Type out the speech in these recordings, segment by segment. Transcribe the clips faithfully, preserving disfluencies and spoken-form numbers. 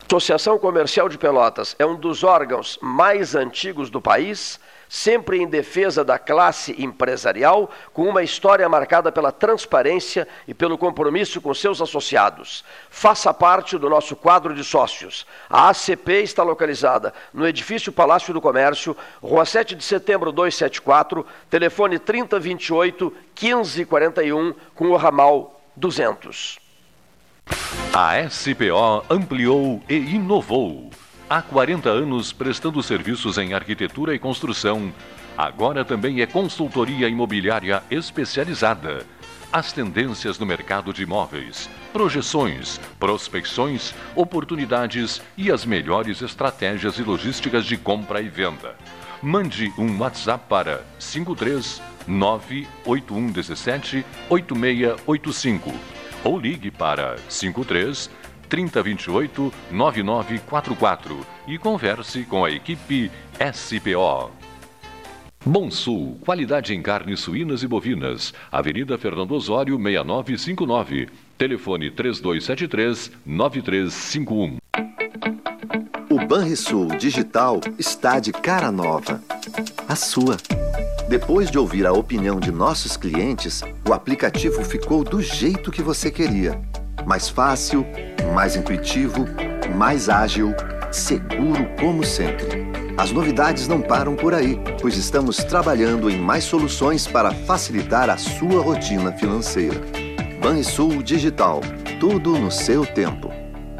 Associação Comercial de Pelotas é um dos órgãos mais antigos do país, sempre em defesa da classe empresarial, com uma história marcada pela transparência e pelo compromisso com seus associados. Faça parte do nosso quadro de sócios. A A C P está localizada no edifício Palácio do Comércio, Rua sete de setembro duzentos e setenta e quatro, telefone trinta, vinte e oito, quinze, quarenta e um, com o ramal duzentos. A S P O ampliou e inovou. Há quarenta anos prestando serviços em arquitetura e construção. Agora também é consultoria imobiliária especializada. As tendências no mercado de imóveis, projeções, prospecções, oportunidades e as melhores estratégias e logísticas de compra e venda. Mande um WhatsApp para cinco três nove oito um um sete oito seis oito cinco ou ligue para cinco três trinta, vinte e oito, nove nove quatro quatro e converse com a equipe S P O. Bom Sul, qualidade em carnes suínas e bovinas. Avenida Fernando Osório, seis nove cinco nove. Telefone três dois sete três, nove três cinco um. O Banrisul Digital está de cara nova. A sua. Depois de ouvir a opinião de nossos clientes, o aplicativo ficou do jeito que você queria. Mais fácil, mais intuitivo, mais ágil, seguro como sempre. As novidades não param por aí, pois estamos trabalhando em mais soluções para facilitar a sua rotina financeira. Banrisul Digital, tudo no seu tempo.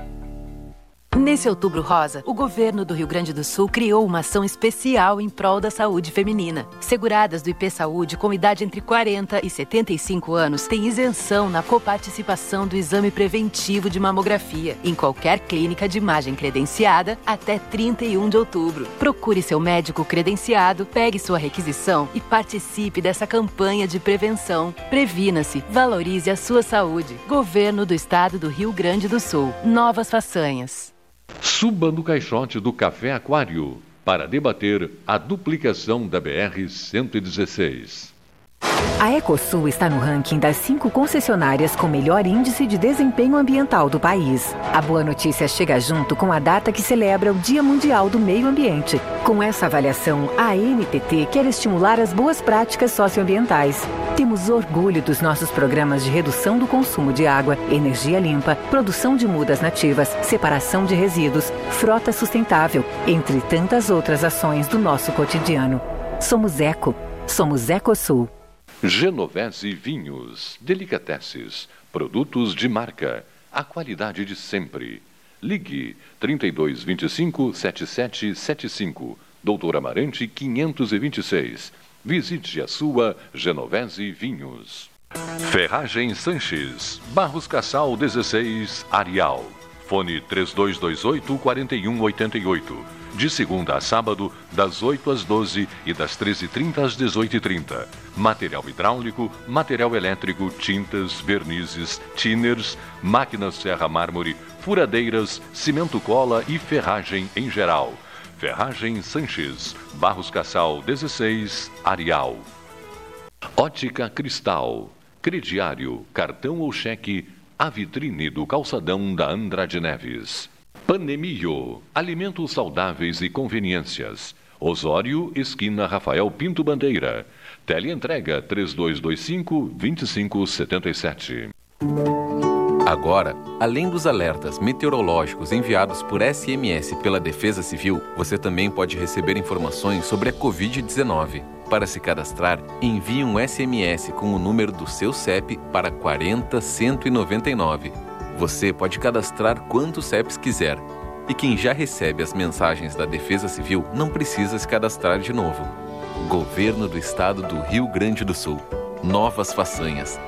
Nesse Outubro Rosa, o governo do Rio Grande do Sul criou uma ação especial em prol da saúde feminina. Seguradas do I P Saúde com idade entre quarenta e setenta e cinco anos têm isenção na coparticipação do exame preventivo de mamografia em qualquer clínica de imagem credenciada até trinta e um de outubro. Procure seu médico credenciado, pegue sua requisição e participe dessa campanha de prevenção. Previna-se, valorize a sua saúde. Governo do Estado do Rio Grande do Sul. Novas façanhas. Suba no caixote do Café Aquário para debater a duplicação da B R cento e dezesseis. A Ecosul está no ranking das cinco concessionárias com melhor índice de desempenho ambiental do país. A boa notícia chega junto com a data que celebra o Dia Mundial do Meio Ambiente. Com essa avaliação, a A N T T quer estimular as boas práticas socioambientais. Temos orgulho dos nossos programas de redução do consumo de água, energia limpa, produção de mudas nativas, separação de resíduos, frota sustentável, entre tantas outras ações do nosso cotidiano. Somos Eco. Somos Ecosul. Genovese Vinhos, Delicateces, produtos de marca, a qualidade de sempre. Ligue trinta e dois, vinte e cinco, setenta e sete setenta e cinco, Doutor Amarante quinhentos e vinte e seis. Visite a sua Genovese Vinhos. Ferragem Sanches, Barros Cassal dezesseis, Arial. Fone três dois dois oito, quatro um oito oito. De segunda a sábado, das oito às doze e das treze e trinta às dezoito e trinta. Material hidráulico, material elétrico, tintas, vernizes, tinners, máquinas serra-mármore, furadeiras, cimento cola e ferragem em geral. Ferragem Sanches, Barros Cassal dezesseis, Arial. Ótica Cristal, crediário, cartão ou cheque, a vitrine do calçadão da Andrade Neves. Panemio, alimentos saudáveis e conveniências. Osório, esquina Rafael Pinto Bandeira. Teleentrega três dois dois cinco, dois cinco sete sete. Agora, além dos alertas meteorológicos enviados por S M S pela Defesa Civil, você também pode receber informações sobre a covid dezenove. Para se cadastrar, envie um S M S com o número do seu C E P para quarenta, cento e noventa e nove. Você pode cadastrar quantos C E Ps quiser. E quem já recebe as mensagens da Defesa Civil não precisa se cadastrar de novo. Governo do Estado do Rio Grande do Sul. Novas façanhas.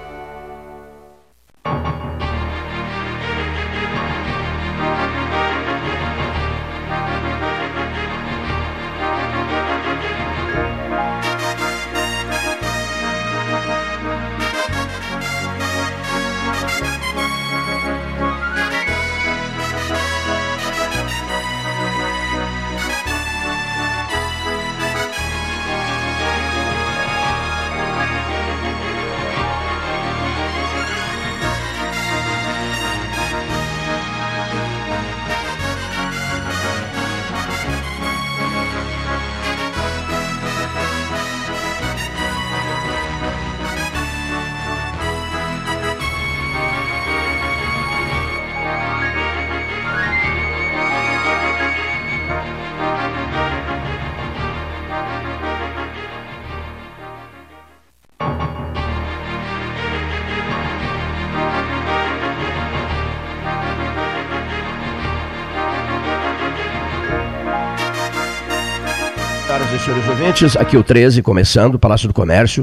Senhoras e senhores ouvintes, aqui o treze, começando, Palácio do Comércio,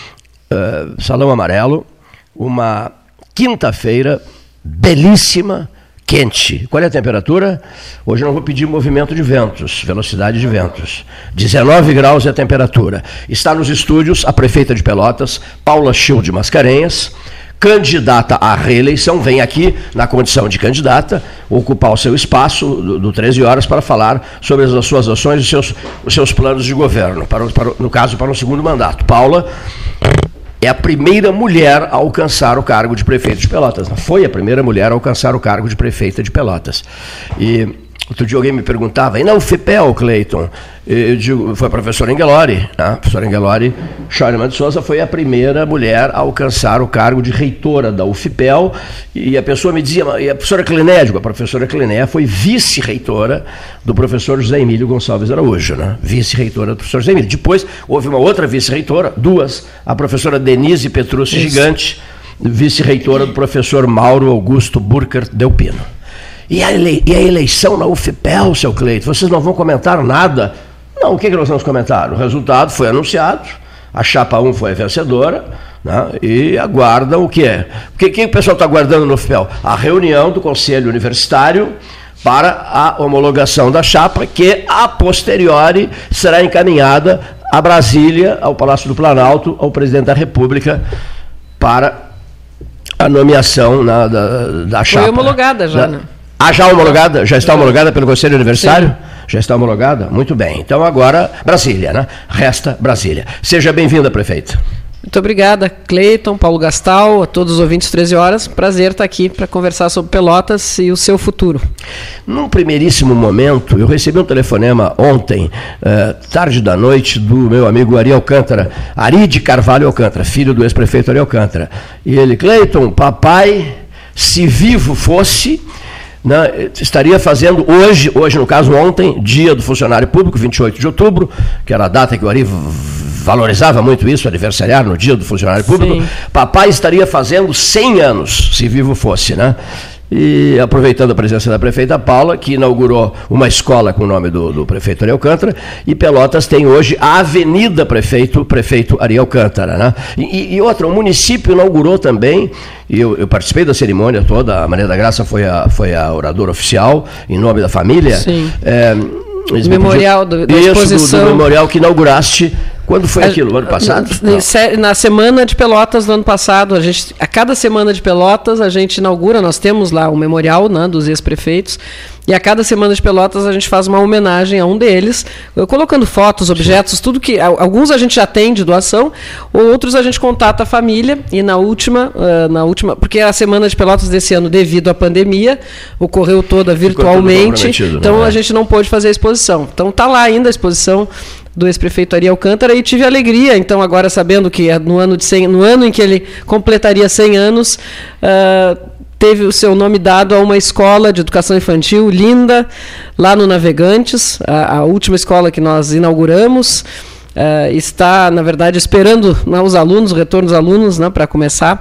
uh, Salão Amarelo, uma quinta-feira belíssima, quente. Qual é a temperatura? Hoje eu não vou pedir movimento de ventos, velocidade de ventos. dezenove graus é a temperatura. Está nos estúdios a prefeita de Pelotas, Paula Schild Mascarenhas, candidata à reeleição, vem aqui na condição de candidata, ocupar o seu espaço do, do treze horas para falar sobre as suas ações e seus, os seus planos de governo, para, para, no caso, para um segundo mandato. Paula é a primeira mulher a alcançar o cargo de prefeito de Pelotas. Foi a primeira mulher a alcançar o cargo de prefeita de Pelotas. E outro dia alguém me perguntava, e na U F P E L, Cleiton? Eu digo, foi a professora Engelori, né? A professora Engelori Scheunemann de Souza foi a primeira mulher a alcançar o cargo de reitora da U F P E L, e a pessoa me dizia, e a professora Cliné, digo, a professora Cliné foi vice-reitora do professor José Emílio Gonçalves Araújo, né? Vice-reitora do professor José Emílio. Depois houve uma outra vice-reitora, duas, a professora Denise Petrucci Gigante, vice-reitora do professor Mauro Augusto Burkert Delpino. E a, ele... e a eleição na U F P E L, seu Cleiton, vocês não vão comentar nada? Não, o que, que nós vamos comentar? O resultado foi anunciado, a chapa um foi a vencedora, né? E aguardam o que é? O que, que o pessoal está aguardando no U F P E L? A reunião do Conselho Universitário para a homologação da chapa, que a posteriori será encaminhada a Brasília, ao Palácio do Planalto, ao Presidente da República, para a nomeação, né, da, da chapa. Foi homologada já, né? Ah, já homologada? Já está homologada pelo Conselho Universitário? Sim. Já está homologada? Muito bem. Então agora, Brasília, né? Resta Brasília. Seja bem-vinda, prefeita. Muito obrigada, Cleiton, Paulo Gastal, a todos os ouvintes treze horas. Prazer estar aqui para conversar sobre Pelotas e o seu futuro. Num primeiríssimo momento, eu recebi um telefonema ontem, eh, tarde da noite, do meu amigo Ari Alcântara, Ari de Carvalho Alcântara, filho do ex-prefeito Ari Alcântara. E ele, Cleiton, papai, se vivo fosse... Né, estaria fazendo hoje, hoje no caso ontem, dia do funcionário público, vinte e oito de outubro, que era a data que o Ari valorizava muito isso, aniversariar no dia do funcionário público. Sim. Papai estaria fazendo cem anos, se vivo fosse, né? E aproveitando a presença da prefeita Paula, que inaugurou uma escola com o nome do, do prefeito Ari Alcântara, e Pelotas tem hoje a Avenida Prefeito, Prefeito Ari Alcântara, né? E, e outra, o município inaugurou também, e eu, eu participei da cerimônia toda, a Maria da Graça foi a, foi a oradora oficial, em nome da família. Sim. É, o memorial do, da isso, exposição. Do, do memorial que inauguraste. Quando foi a, aquilo? Ano passado? Na, na semana de Pelotas do ano passado, a, gente, a cada semana de Pelotas a gente inaugura, nós temos lá o memorial, né, dos ex-prefeitos, e a cada semana de Pelotas a gente faz uma homenagem a um deles, colocando fotos, objetos, tudo que... Alguns a gente já tem de doação, outros a gente contata a família, e na última, uh, na última, porque a semana de Pelotas desse ano, devido à pandemia, ocorreu toda virtualmente, então a gente não pôde fazer a exposição. Então está lá ainda a exposição do ex-prefeito Ari Alcântara, e tive alegria, então, agora sabendo que no ano, de cem, no ano em que ele completaria cem anos, uh, teve o seu nome dado a uma escola de educação infantil linda, lá no Navegantes, a, a última escola que nós inauguramos. Uh, está, na verdade, esperando, né, os alunos, o retorno dos alunos, né, para começar.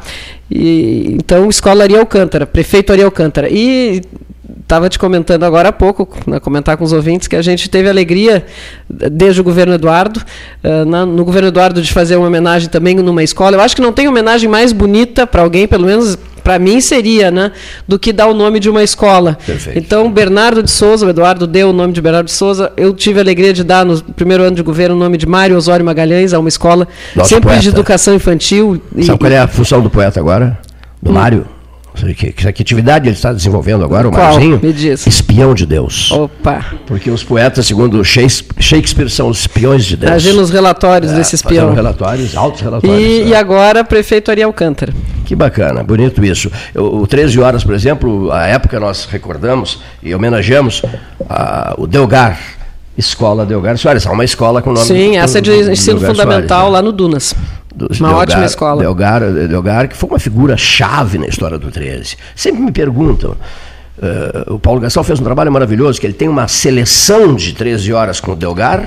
E, então, Escola Ari Alcântara, prefeito Ari Alcântara. E estava te comentando agora há pouco, né, comentar com os ouvintes, que a gente teve alegria, desde o governo Eduardo, uh, na, no governo Eduardo, de fazer uma homenagem também numa escola. Eu acho que não tem homenagem mais bonita para alguém, pelo menos para mim seria, né, do que dar o nome de uma escola. Perfeito. Então, Bernardo de Souza, o Eduardo deu o nome de Bernardo de Souza, eu tive a alegria de dar, no primeiro ano de governo, o nome de Mário Osório Magalhães, a uma escola Nosso sempre poeta. De educação infantil. Sabe e, qual é a função do poeta agora? Do hum. Mário? Que, que, que atividade ele está desenvolvendo agora, o Marzinho? Me diz. Espião de Deus. Opa! Porque os poetas, segundo Shakespeare, são os espiões de Deus. Imagina os relatórios é, desse espião. relatórios, altos relatórios. E, né? e agora, prefeito Ari Alcântara. Que bacana, bonito isso. O, o treze horas, por exemplo, a época nós recordamos e homenageamos a, o Delgar, Escola Delgar Soares. É uma escola com o nome... Sim, do, essa é de do, ensino Delgar fundamental Soares, né? Lá no Dunas. Uma Delgar, ótima escola. Delgar, Delgar, que foi uma figura chave na história do treze. Sempre me perguntam, uh, o Paulo Gastal fez um trabalho maravilhoso, que ele tem uma seleção de treze horas com o Delgar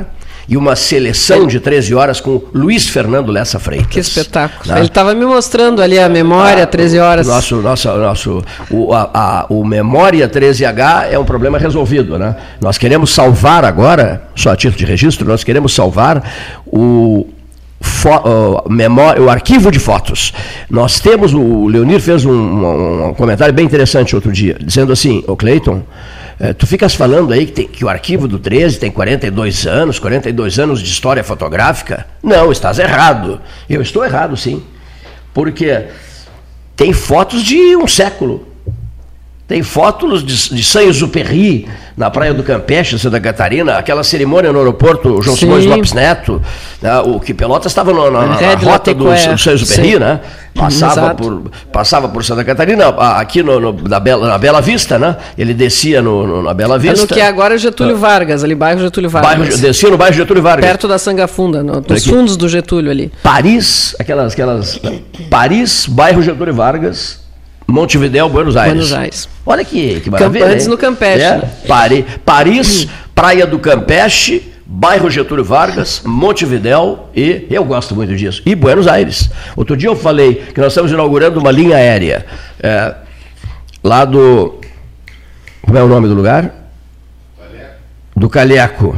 e uma seleção de treze horas com Luiz Fernando Lessa Freitas. Que espetáculo. Tá? Ele estava me mostrando ali a memória, ah, treze horas. Nosso, nosso, nosso, o, a, a, o Memória treze H é um problema resolvido, né? Nós queremos salvar agora, só a título de registro, nós queremos salvar o... Fo, uh, memória, o arquivo de fotos. Nós temos, o Leonir fez um, um, um comentário bem interessante outro dia, dizendo assim, ô Cleiton, eh, tu ficas falando aí que, tem, que o arquivo do treze tem quarenta e dois anos, quarenta e dois anos de história fotográfica. Não, estás errado. Eu estou errado, sim. Porque tem fotos de um século. Tem fotos de, de Saint-Exupéry na Praia do Campeche, Santa Catarina, aquela cerimônia no aeroporto João Simões Lopes Neto, né, o que Pelotas estava na, na, na rota do Saint-Exupéry, né? Passava por, passava por Santa Catarina, aqui no, no, na, Bela, na Bela Vista, né? Ele descia no, no, na Bela Vista. É no que é agora Getúlio Vargas, ali, bairro Getúlio Vargas. Bairro, descia no bairro Getúlio Vargas. Perto da Sangafunda, no, nos fundos do Getúlio ali. Paris, aquelas, aquelas, Paris, bairro Getúlio Vargas, Montevidéu, Buenos Aires. Buenos Aires. Olha que, que maravilha. Antes no Campeche. É, Paris, Paris Praia do Campeche, bairro Getúlio Vargas, Montevidéu e, eu gosto muito disso, e Buenos Aires. Outro dia eu falei que nós estamos inaugurando uma linha aérea é, lá do... Como é o nome do lugar? Calheco. Do Calheco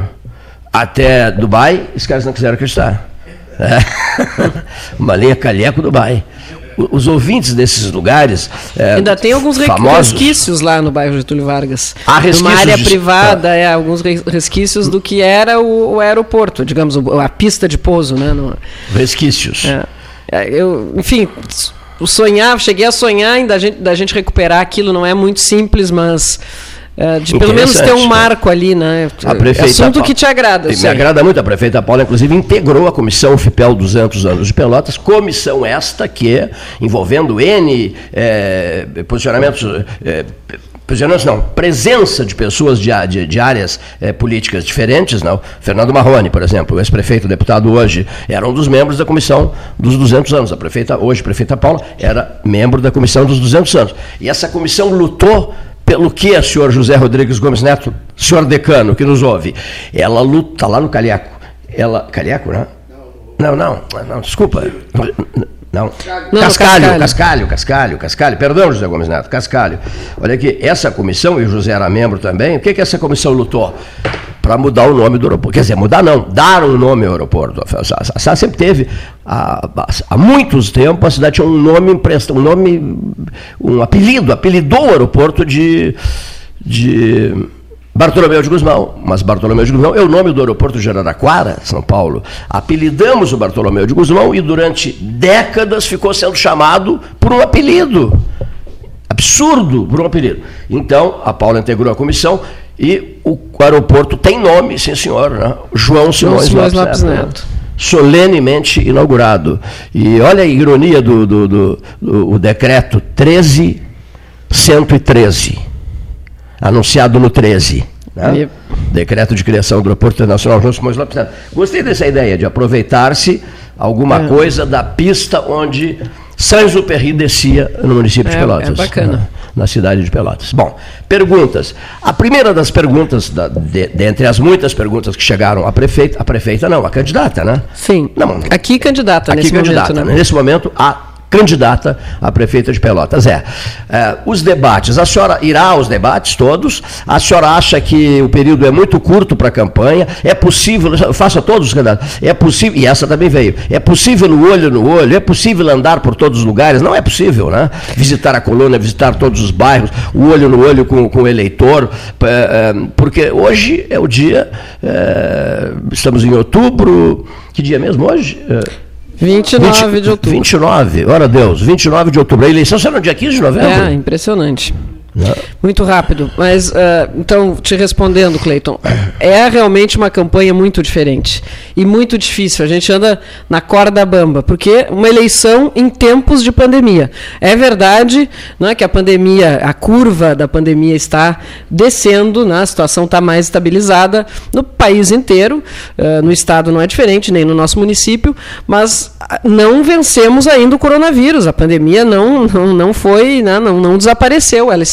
até Dubai, os caras não quiseram acreditar. É. Uma linha Calheco-Dubai. Os ouvintes desses lugares é, ainda tem alguns famosos, resquícios lá no bairro Getúlio Vargas. Há resquícios uma área de, privada, é. É, alguns resquícios do que era o, o aeroporto, digamos, a pista de pouso, né? No, resquícios. É, é, eu, enfim, o sonhar, cheguei a sonhar da gente, da gente recuperar aquilo, não é muito simples, mas é, de pelo menos ter um marco, né? Ali, né? A prefeita assunto Paula, que te agrada. Me agrada muito. A prefeita Paula, inclusive, integrou a comissão FIPEL duzentos anos de Pelotas, comissão esta que, envolvendo N é, posicionamentos... É, posicionamentos não, presença de pessoas de, de, de áreas é, políticas diferentes, não. Fernando Marrone, por exemplo, o ex-prefeito, deputado hoje, era um dos membros da comissão dos duzentos anos. A prefeita, hoje, a prefeita Paula, era membro da comissão dos duzentos anos. E essa comissão lutou pelo que, senhor José Rodrigues Gomes Neto, senhor decano, que nos ouve? Ela luta lá no Calheco. Ela, Calheco, né? Não, não, não, desculpa. Não. Não, Cascalho, Cascalho, Cascalho, Cascalho, perdão, José Gomes Neto, Cascalho. Olha aqui, essa comissão, e o José era membro também, o que, que essa comissão lutou? Para mudar o nome do aeroporto. Quer dizer, mudar não, dar um nome ao aeroporto. A cidade sempre teve, há, há muitos tempos, a cidade tinha um nome emprestado, um nome, um apelido, apelidou o aeroporto de, de Bartolomeu de Gusmão. Mas Bartolomeu de Gusmão é o nome do aeroporto de Araraquara, São Paulo. Apelidamos o Bartolomeu de Gusmão e durante décadas ficou sendo chamado por um apelido. Absurdo, por um apelido. Então, a Paula integrou a comissão e o aeroporto tem nome, sim senhor, né? João Simões, Simões Lopes, Lopes Neto. Neto. Solenemente inaugurado. E olha a ironia do, do, do, do, do decreto treze mil cento e treze, anunciado no treze. Né? E... Decreto de criação do Aeroporto Internacional João Simões Lopes Neto. Gostei dessa ideia de aproveitar-se alguma é. coisa da pista onde Saint-Exupéry descia no município é, de Pelotas. É bacana. Na, na cidade de Pelotas. Bom, perguntas. A primeira das perguntas, da, de, dentre as muitas perguntas que chegaram à prefeita, a prefeita não, a candidata, né? Sim. Não, aqui candidata aqui nesse candidata, momento. Né? Nesse momento, a candidata a prefeita de Pelotas. É, é, os debates, a senhora irá aos debates todos? A senhora acha que o período é muito curto para a campanha? É possível, faça todos os candidatos, é possível, e essa também veio, é possível no olho no olho, é possível andar por todos os lugares? Não é possível, né? Visitar a colônia, visitar todos os bairros, o olho no olho com, com o eleitor, é, é, porque hoje é o dia, é, estamos em outubro, que dia mesmo hoje? É, vinte e nove de outubro. vinte e nove, ora Deus, vinte e nove de outubro. A eleição será no dia quinze de novembro? É, impressionante. Não. Muito rápido. Mas, uh, então, te respondendo, Cleiton, é realmente uma campanha muito diferente e muito difícil. A gente anda na corda bamba, porque uma eleição em tempos de pandemia. É verdade, né, que a pandemia, a curva da pandemia está descendo, né, a situação está mais estabilizada no país inteiro, uh, no estado não é diferente, nem no nosso município, mas não vencemos ainda o coronavírus. A pandemia não, não, não foi, né, não, não desapareceu, ela está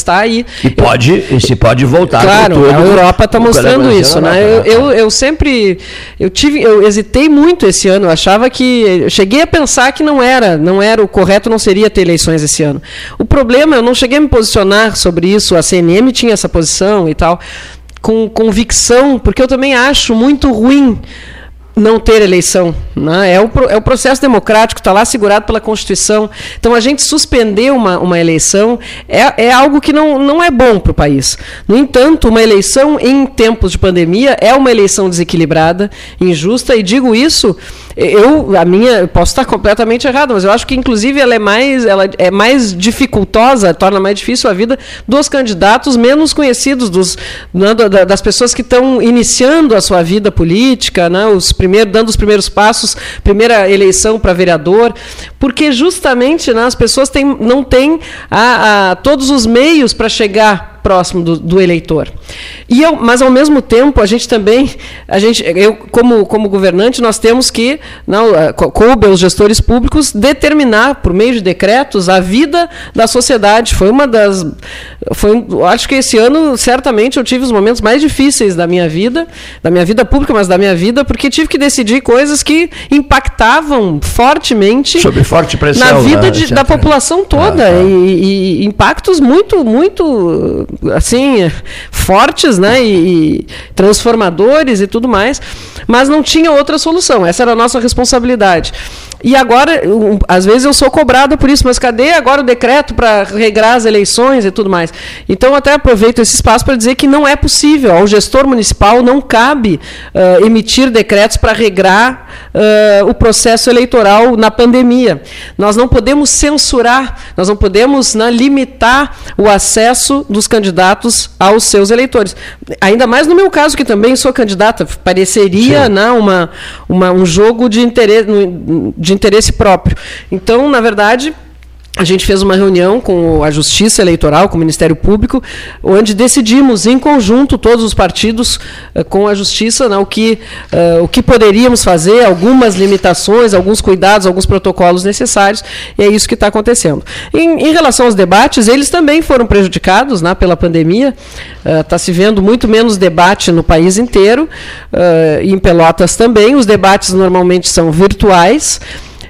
está aí. E pode, eu, e se pode voltar. Claro, tudo, a Europa está mostrando isso, né? Eu, eu, eu sempre, eu tive, eu hesitei muito esse ano, eu achava que, eu cheguei a pensar que não era, não era o correto, não seria ter eleições esse ano. O problema, eu não cheguei a me posicionar sobre isso, a C N M tinha essa posição e tal, com convicção, porque eu também acho muito ruim não ter eleição, né? É, o, é o processo democrático, está lá segurado pela Constituição. Então, a gente suspender uma, uma eleição é, é algo que não, não é bom para o país. No entanto, uma eleição em tempos de pandemia é uma eleição desequilibrada, injusta, e digo isso, eu, a minha, eu posso estar completamente errado, mas eu acho que, inclusive, ela é mais, ela é mais dificultosa, torna mais difícil a vida dos candidatos menos conhecidos, dos, né, das pessoas que estão iniciando a sua vida política, né, os primeiro, dando os primeiros passos, primeira eleição para vereador, porque justamente, né, as pessoas têm, não têm a, a, todos os meios para chegar próximo do, do eleitor. E eu, mas, ao mesmo tempo, a gente também, a gente, eu, como, como governante, nós temos que, não, coube aos gestores públicos, determinar, por meio de decretos, a vida da sociedade. Foi uma das... Foi, acho que esse ano, certamente, eu tive os momentos mais difíceis da minha vida, da minha vida pública, mas da minha vida, porque tive que decidir coisas que impactavam fortemente sob forte pressão, na vida né, de, da população toda. Ah, ah. E, e impactos muito, muito... assim, fortes, né, e, e transformadores e tudo mais, mas não tinha outra solução, essa era a nossa responsabilidade. E agora, um, às vezes eu sou cobrada por isso, mas cadê agora o decreto para regrar as eleições e tudo mais? Então, até aproveito esse espaço para dizer que não é possível, ao gestor municipal não cabe uh, emitir decretos para regrar uh, o processo eleitoral na pandemia. Nós não podemos censurar, nós não podemos, né, limitar o acesso dos candidatos aos seus eleitores. Ainda mais no meu caso, que também sou candidata, pareceria, né, uma, uma, um jogo de interesse, de interesse próprio. Então, na verdade, a gente fez uma reunião com a Justiça Eleitoral, com o Ministério Público, onde decidimos, em conjunto, todos os partidos, com a Justiça, né, o, que, uh, o que poderíamos fazer, algumas limitações, alguns cuidados, alguns protocolos necessários, e é isso que está acontecendo. Em, em relação aos debates, eles também foram prejudicados, né, pela pandemia. Está uh, se vendo muito menos debate no país inteiro, uh, e em Pelotas também. Os debates normalmente são virtuais.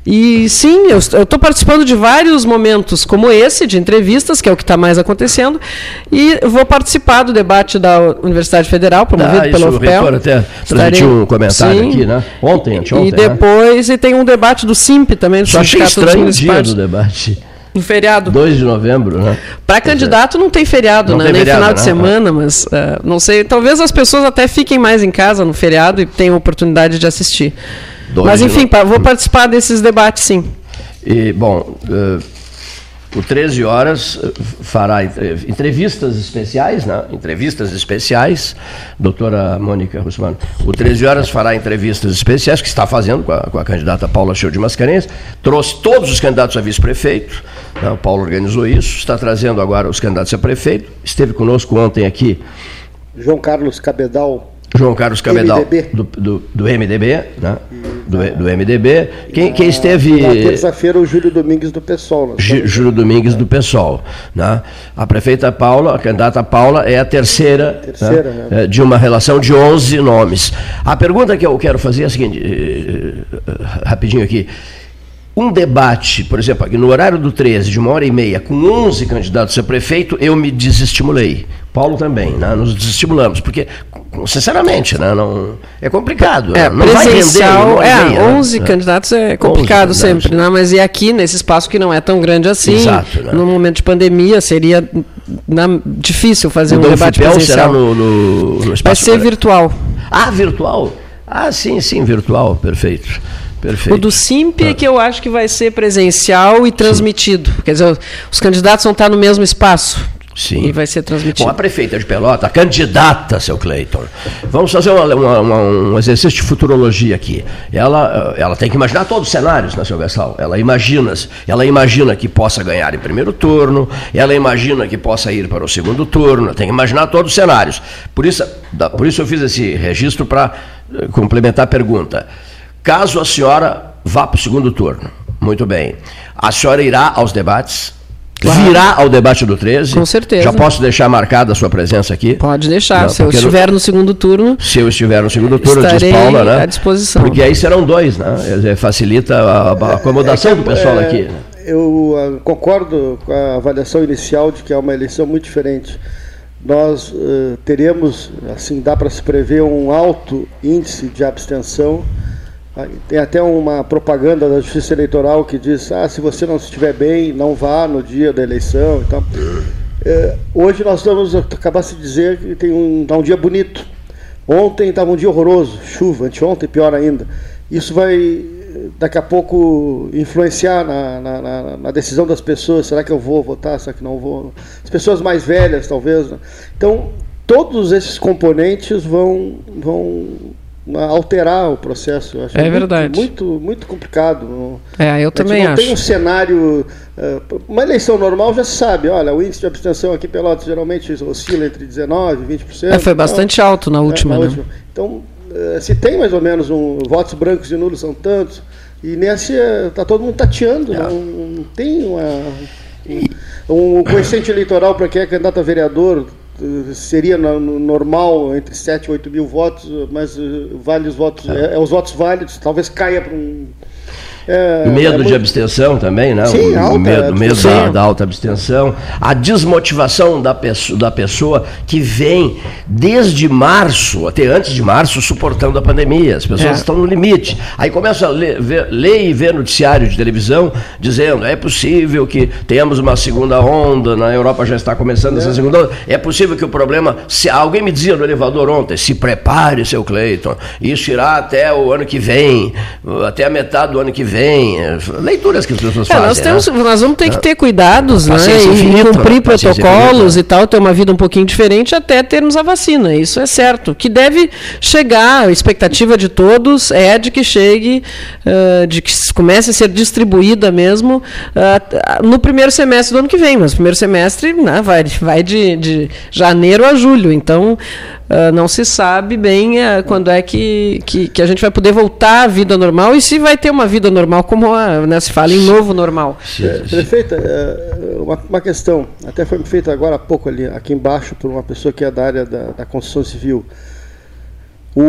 E sim, eu estou participando de vários momentos como esse, de entrevistas, que é o que está mais acontecendo, e vou participar do debate da Universidade Federal, promovido ah, pela U F P E L. O reitor até transmitiu um comentário sim, aqui, né? Ontem, anteontem. E depois, né? E tem um debate do SIMP também, do Sindicato dos Municipais. Dia do debate. No feriado. dois de novembro, né? Para candidato não tem feriado, não né? Tem nem feriado, final de não, semana, não. mas uh, não sei, talvez as pessoas até fiquem mais em casa no feriado e tenham oportunidade de assistir. Mas, enfim, no... vou participar desses debates, sim. E, bom, uh, o treze horas fará entrevistas especiais, né? Entrevistas especiais, doutora Mônica Russmann. O treze horas fará entrevistas especiais, que está fazendo com a, com a candidata Paula Scheu de Mascarenhas. Trouxe todos os candidatos a vice-prefeito, né? O Paulo organizou isso, está trazendo agora os candidatos a prefeito. Esteve conosco ontem aqui João Carlos Cabedal. João Carlos Cabedal, do, do, do M D B, né? Do, do M D B. Quem, quem esteve... Na terça-feira, o Júlio Domingues do PSOL. J, Júlio Domingues do PSOL. Né? A prefeita Paula, a candidata Paula, é a terceira, terceira né? Né? de uma relação de onze nomes. A pergunta que eu quero fazer é a seguinte, rapidinho aqui. Um debate, por exemplo, aqui no horário do treze, de uma hora e meia, com onze candidatos a prefeito, eu me desestimulei. Paulo também, né? Nos desestimulamos, porque, sinceramente, né? Não, é complicado. É, não presencial, vai render, é, onze né? candidatos é complicado sempre, candidatos. Né? Mas e aqui, nesse espaço que não é tão grande assim, exato, né? No momento de pandemia, seria na, difícil fazer o um debate presencial. Será no, no, no espaço vai ser para... virtual. Ah, virtual? Ah, sim, sim, virtual, perfeito. Perfeito. O do SIMP é que eu acho que vai ser presencial e transmitido. Sim. Quer dizer, os candidatos vão estar no mesmo espaço. Sim. E vai ser transmitido. Bom, a prefeita de Pelotas, a candidata, seu Cleiton. Vamos fazer uma, uma, uma, um exercício de futurologia aqui. Ela, ela tem que imaginar todos os cenários, né, seu Gessal? Ela imagina, ela imagina que possa ganhar em primeiro turno, ela imagina que possa ir para o segundo turno, tem que imaginar todos os cenários. Por isso, por isso eu fiz esse registro para complementar a pergunta. Caso a senhora vá para o segundo turno, muito bem, a senhora irá aos debates? Claro. Virá ao debate do treze. Com certeza. Já posso deixar marcada a sua presença aqui? Pode deixar. Não, se eu estiver no... no segundo turno... Se eu estiver no segundo turno, diz Paula, né? À disposição. Porque aí serão dois, né? Facilita a, a acomodação é que, do pessoal é, aqui. Né? Eu uh, concordo com a avaliação inicial de que é uma eleição muito diferente. Nós uh, teremos, assim, dá para se prever um alto índice de abstenção. Tem até uma propaganda da Justiça Eleitoral que diz, ah, se você não estiver bem, não vá no dia da eleição. Então, é, hoje nós estamos, acabaste de dizer que tem um, tá um dia bonito. Ontem estava um dia horroroso, chuva, anteontem pior ainda. Isso vai, daqui a pouco, influenciar na, na, na, na decisão das pessoas. Será que eu vou votar, será que não vou? As pessoas mais velhas, talvez. Né? Então, todos esses componentes vão... vão alterar o processo. Eu acho é muito, verdade. Muito, muito complicado. É, eu também não acho. Tem um cenário... Uma eleição normal já se sabe, olha, o índice de abstenção aqui em Pelotas geralmente oscila entre dezenove por cento e vinte por cento. É, foi bastante então, alto na última, é, na né? última. Então, se tem mais ou menos um... Votos brancos e nulos são tantos, e nesse está todo mundo tateando, é. não, não tem uma, um, um coeficiente eleitoral para quem é candidato a vereador. Seria normal entre sete e oito mil votos, mas vale os votos, é, é os votos válidos, talvez caia para um... É, medo é muito... de abstenção também, né? Sim, o, alta, medo, medo da, da alta abstenção. A desmotivação da pessoa, da pessoa que vem desde março, até antes de março, suportando a pandemia. As pessoas é. estão no limite. Aí começa a ler, ver, ler e ver noticiário de televisão dizendo é possível que tenhamos uma segunda onda, na Europa já está começando é. essa segunda onda. É possível que o problema... Se alguém me dizia no elevador ontem, se prepare, seu Cleiton, isso irá até o ano que vem, até a metade do ano que vem. Leituras que as pessoas é, fazem. Nós, temos, né? nós vamos ter que ter cuidados, né? E cumprir protocolos e tal, ter uma vida um pouquinho diferente até termos a vacina. Isso é certo. Que deve chegar, a expectativa de todos é de que chegue, uh, de que comece a ser distribuída mesmo uh, no primeiro semestre do ano que vem. Mas o primeiro semestre né, vai, vai de, de janeiro a julho. Então, uh, não se sabe bem uh, quando é que, que, que a gente vai poder voltar à vida normal e se vai ter uma vida normal, como a, né, se fala em novo normal. É, prefeita, é, uma, uma questão, até foi feita agora há pouco ali, aqui embaixo, por uma pessoa que é da área da, da construção civil. O,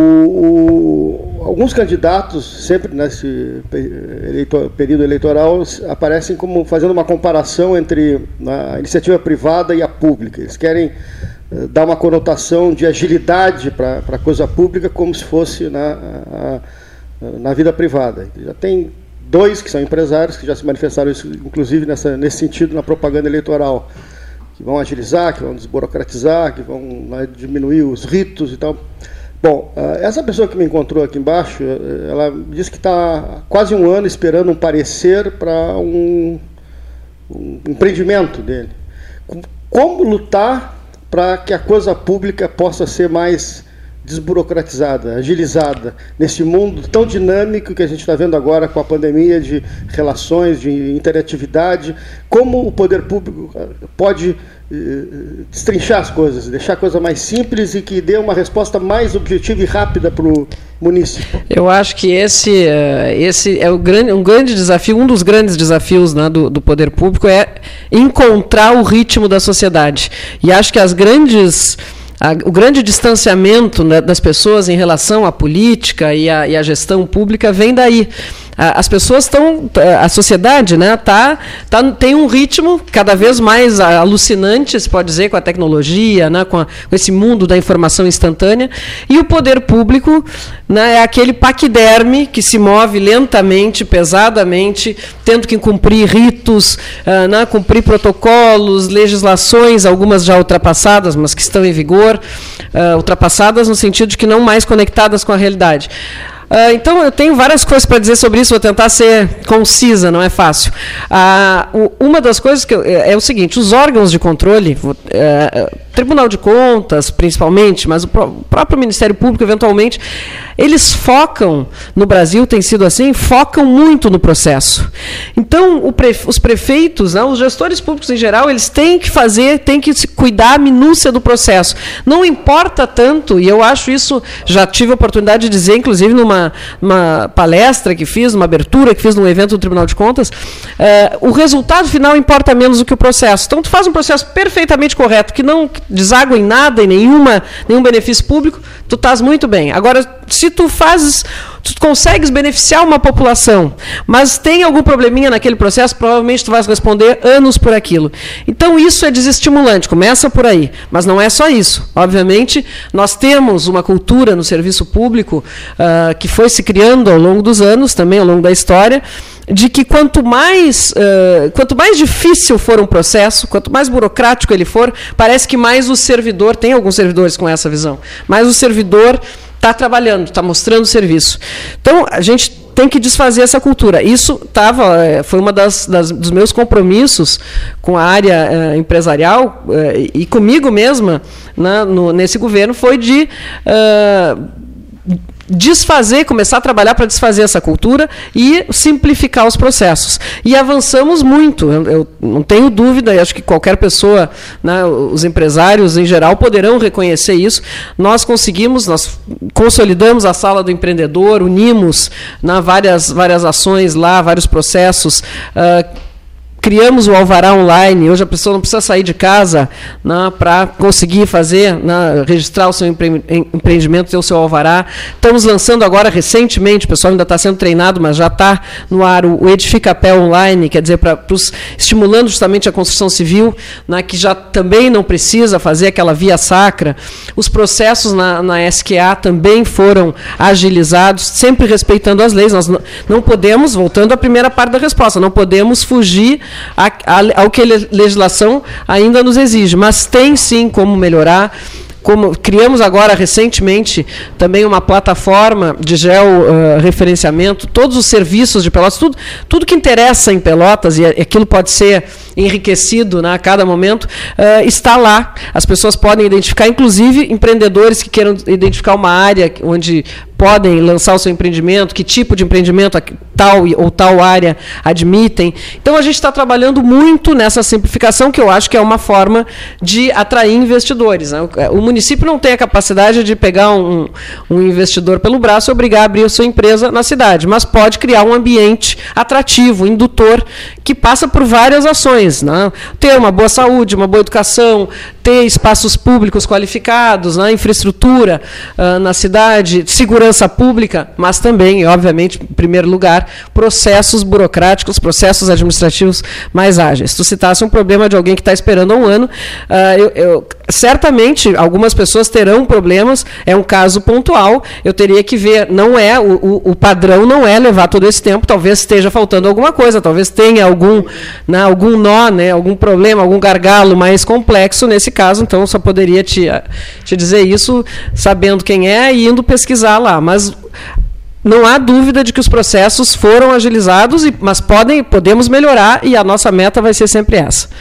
o, alguns candidatos, sempre nesse eleitor, período eleitoral, aparecem como fazendo uma comparação entre a iniciativa privada e a pública. Eles querem uh, dar uma conotação de agilidade para a coisa pública, como se fosse na, a, na vida privada. Já tem dois que são empresários que já se manifestaram isso, inclusive nessa, nesse sentido na propaganda eleitoral, que vão agilizar, que vão desburocratizar, que vão né, diminuir os ritos e tal. Bom, essa pessoa que me encontrou aqui embaixo, ela disse que está quase um ano esperando um parecer para um, um empreendimento dele. Como lutar para que a coisa pública possa ser mais desburocratizada, agilizada, nesse mundo tão dinâmico que a gente está vendo agora com a pandemia, de relações, de interatividade, como o poder público pode eh, destrinchar as coisas, deixar a coisa mais simples e que dê uma resposta mais objetiva e rápida para o município. Eu acho que esse, esse é o grande, um grande desafio, um dos grandes desafios né, do, do poder público é encontrar o ritmo da sociedade. E acho que as grandes... A, o grande distanciamento né, das pessoas em relação à política e à, e à gestão pública vem daí. As pessoas estão, a sociedade né, tá, tá, tem um ritmo cada vez mais alucinante, se pode dizer, com a tecnologia, né, com, a, com esse mundo da informação instantânea, e o poder público né, é aquele paquiderme que se move lentamente, pesadamente, tendo que cumprir ritos, uh, né, cumprir protocolos, legislações, algumas já ultrapassadas, mas que estão em vigor, uh, ultrapassadas no sentido de que não mais conectadas com a realidade. Uh, então, eu tenho várias coisas para dizer sobre isso, vou tentar ser concisa, não é fácil. Uh, o, uma das coisas que eu, é, é o seguinte, os órgãos de controle uh, Tribunal de Contas, principalmente, mas o próprio Ministério Público, eventualmente, eles focam, no Brasil tem sido assim, focam muito no processo. Então, o pre, os prefeitos, né, os gestores públicos em geral, eles têm que fazer, têm que cuidar a minúcia do processo. Não importa tanto, e eu acho isso, já tive a oportunidade de dizer, inclusive numa uma palestra que fiz, uma abertura que fiz num evento do Tribunal de Contas, eh, o resultado final importa menos do que o processo. Então, tu faz um processo perfeitamente correto, que não deságua em nada, em nenhuma, nenhum benefício público, tu estás muito bem. Agora, se tu fazes, tu consegues beneficiar uma população, mas tem algum probleminha naquele processo, provavelmente tu vais responder anos por aquilo. Então, isso é desestimulante, começa por aí. Mas não é só isso. Obviamente, nós temos uma cultura no serviço público uh, que foi se criando ao longo dos anos, também ao longo da história, de que quanto mais, uh, quanto mais difícil for um processo, quanto mais burocrático ele for, parece que mais o servidor, tem alguns servidores com essa visão, mais o servidor está trabalhando, está mostrando serviço. Então, a gente tem que desfazer essa cultura. Isso tava, foi uma das, das dos meus compromissos com a área uh, empresarial uh, e comigo mesma, né, no, nesse governo, foi de uh, desfazer, começar a trabalhar para desfazer essa cultura e simplificar os processos. E avançamos muito, eu, eu não tenho dúvida, e acho que qualquer pessoa, né, os empresários em geral poderão reconhecer isso. Nós conseguimos, nós consolidamos a sala do empreendedor, unimos, né, várias, várias ações lá, vários processos, uh, criamos o Alvará Online. Hoje a pessoa não precisa sair de casa, né, para conseguir fazer, né, registrar o seu empre empreendimento, ter o seu Alvará. Estamos lançando agora, recentemente, o pessoal ainda está sendo treinado, mas já está no ar, o Edificapé Online, quer dizer, para os, estimulando justamente a construção civil, né, que já também não precisa fazer aquela via sacra. Os processos na, na S Q A também foram agilizados, sempre respeitando as leis. Nós não, não podemos, voltando à primeira parte da resposta, não podemos fugir ao que a legislação ainda nos exige, mas tem sim como melhorar. Como criamos agora recentemente também uma plataforma de georreferenciamento, uh, todos os serviços de Pelotas, tudo, tudo que interessa em Pelotas, e aquilo pode ser enriquecido, né, a cada momento, uh, está lá. As pessoas podem identificar, inclusive empreendedores que queiram identificar uma área onde podem lançar o seu empreendimento, que tipo de empreendimento tal ou tal área admitem. Então, a gente está trabalhando muito nessa simplificação, que eu acho que é uma forma de atrair investidores, né? O município não tem a capacidade de pegar um, um investidor pelo braço e obrigar a abrir a sua empresa na cidade, mas pode criar um ambiente atrativo, indutor, que passa por várias ações, né? Ter uma boa saúde, uma boa educação, ter espaços públicos qualificados, né? Infraestrutura uh, na cidade, segurança pública, mas também, obviamente, em primeiro lugar, processos burocráticos, processos administrativos mais ágeis. Tu citasse um problema de alguém que está esperando há um ano, uh, eu, eu, certamente algumas pessoas terão problemas, é um caso pontual, eu teria que ver, não é, o, o, o padrão não é levar todo esse tempo, talvez esteja faltando alguma coisa, talvez tenha algum, né, algum nó, né, algum problema, algum gargalo mais complexo nesse caso, então eu só poderia te, te dizer isso sabendo quem é e indo pesquisar lá, mas não há dúvida de que os processos foram agilizados, e, mas podem, podemos melhorar, e a nossa meta vai ser sempre essa.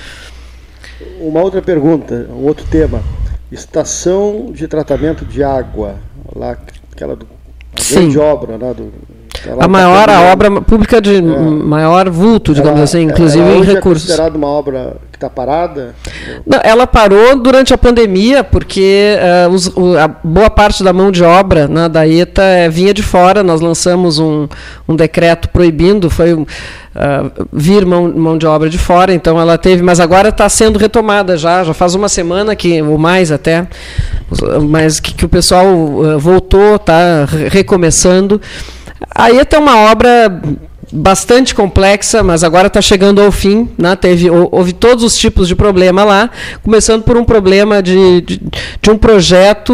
Uma outra pergunta, um outro tema. Estação de tratamento de água, lá, aquela do, a grande obra, né, do, a maior, a obra pública de é, maior vulto, digamos ela, assim, inclusive ela em recursos. É considerada uma obra que está parada? Não, ela parou durante a pandemia, porque uh, os, o, a boa parte da mão de obra, né, da E T A é, vinha de fora. Nós lançamos um, um decreto proibindo, foi uh, vir mão, mão de obra de fora, então ela teve, mas agora está sendo retomada já, já faz uma semana, que, ou mais até, mas que, que o pessoal uh, voltou, está recomeçando. A E T A é uma obra bastante complexa, mas agora está chegando ao fim, né? Teve, houve todos os tipos de problema lá, começando por um problema de, de, de um projeto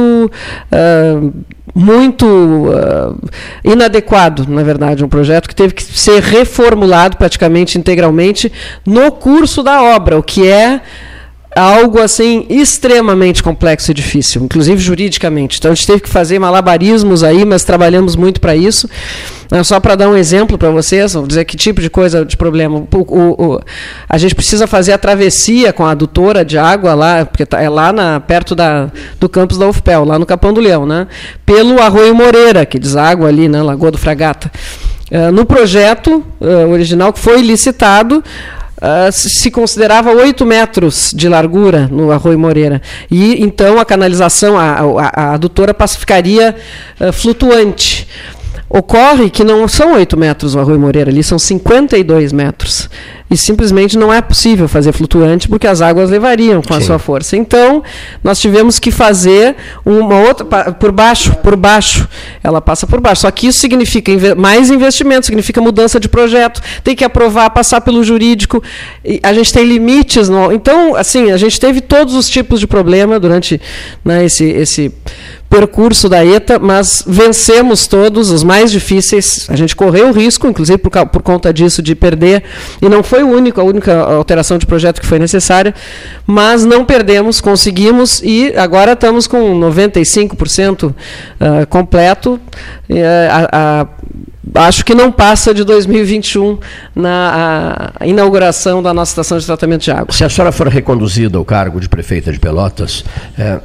uh, muito uh, inadequado, na verdade, um projeto que teve que ser reformulado praticamente integralmente no curso da obra, o que é algo assim extremamente complexo e difícil, inclusive juridicamente. Então a gente teve que fazer malabarismos aí, mas trabalhamos muito para isso. Só para dar um exemplo para vocês, vou dizer que tipo de coisa, de problema. O, o, o, a gente precisa fazer a travessia com a adutora de água lá, porque tá, é lá na, perto da, do campus da U F P E L, lá no Capão do Leão, né? Pelo Arroio Moreira, que deságua ali na Lagoa do Fragata. Uh, no projeto uh, original que foi licitado, Uh, se considerava oito metros de largura no Arroio Moreira. E, então, a canalização, a, a, a adutora ficaria uh, flutuante. Ocorre que não são oito metros o Arroio Moreira, ali são cinquenta e dois metros. E simplesmente não é possível fazer flutuante, porque as águas levariam com Sim. a sua força. Então, nós tivemos que fazer uma outra, por baixo, por baixo, ela passa por baixo. Só que isso significa mais investimento, significa mudança de projeto, tem que aprovar, passar pelo jurídico, e a gente tem limites. No, então, assim, a gente teve todos os tipos de problema durante, né, esse... esse percurso da ETA, mas vencemos todos, os mais difíceis. A gente correu o risco, inclusive por, por conta disso, de perder, e não foi o único, a única alteração de projeto que foi necessária, mas não perdemos, conseguimos, e agora estamos com noventa e cinco por cento uh, completo. Uh, a, a, Acho que não passa de dois mil e vinte e um na a inauguração da nossa estação de tratamento de água. Se a senhora for reconduzida ao cargo de prefeita de Pelotas, é,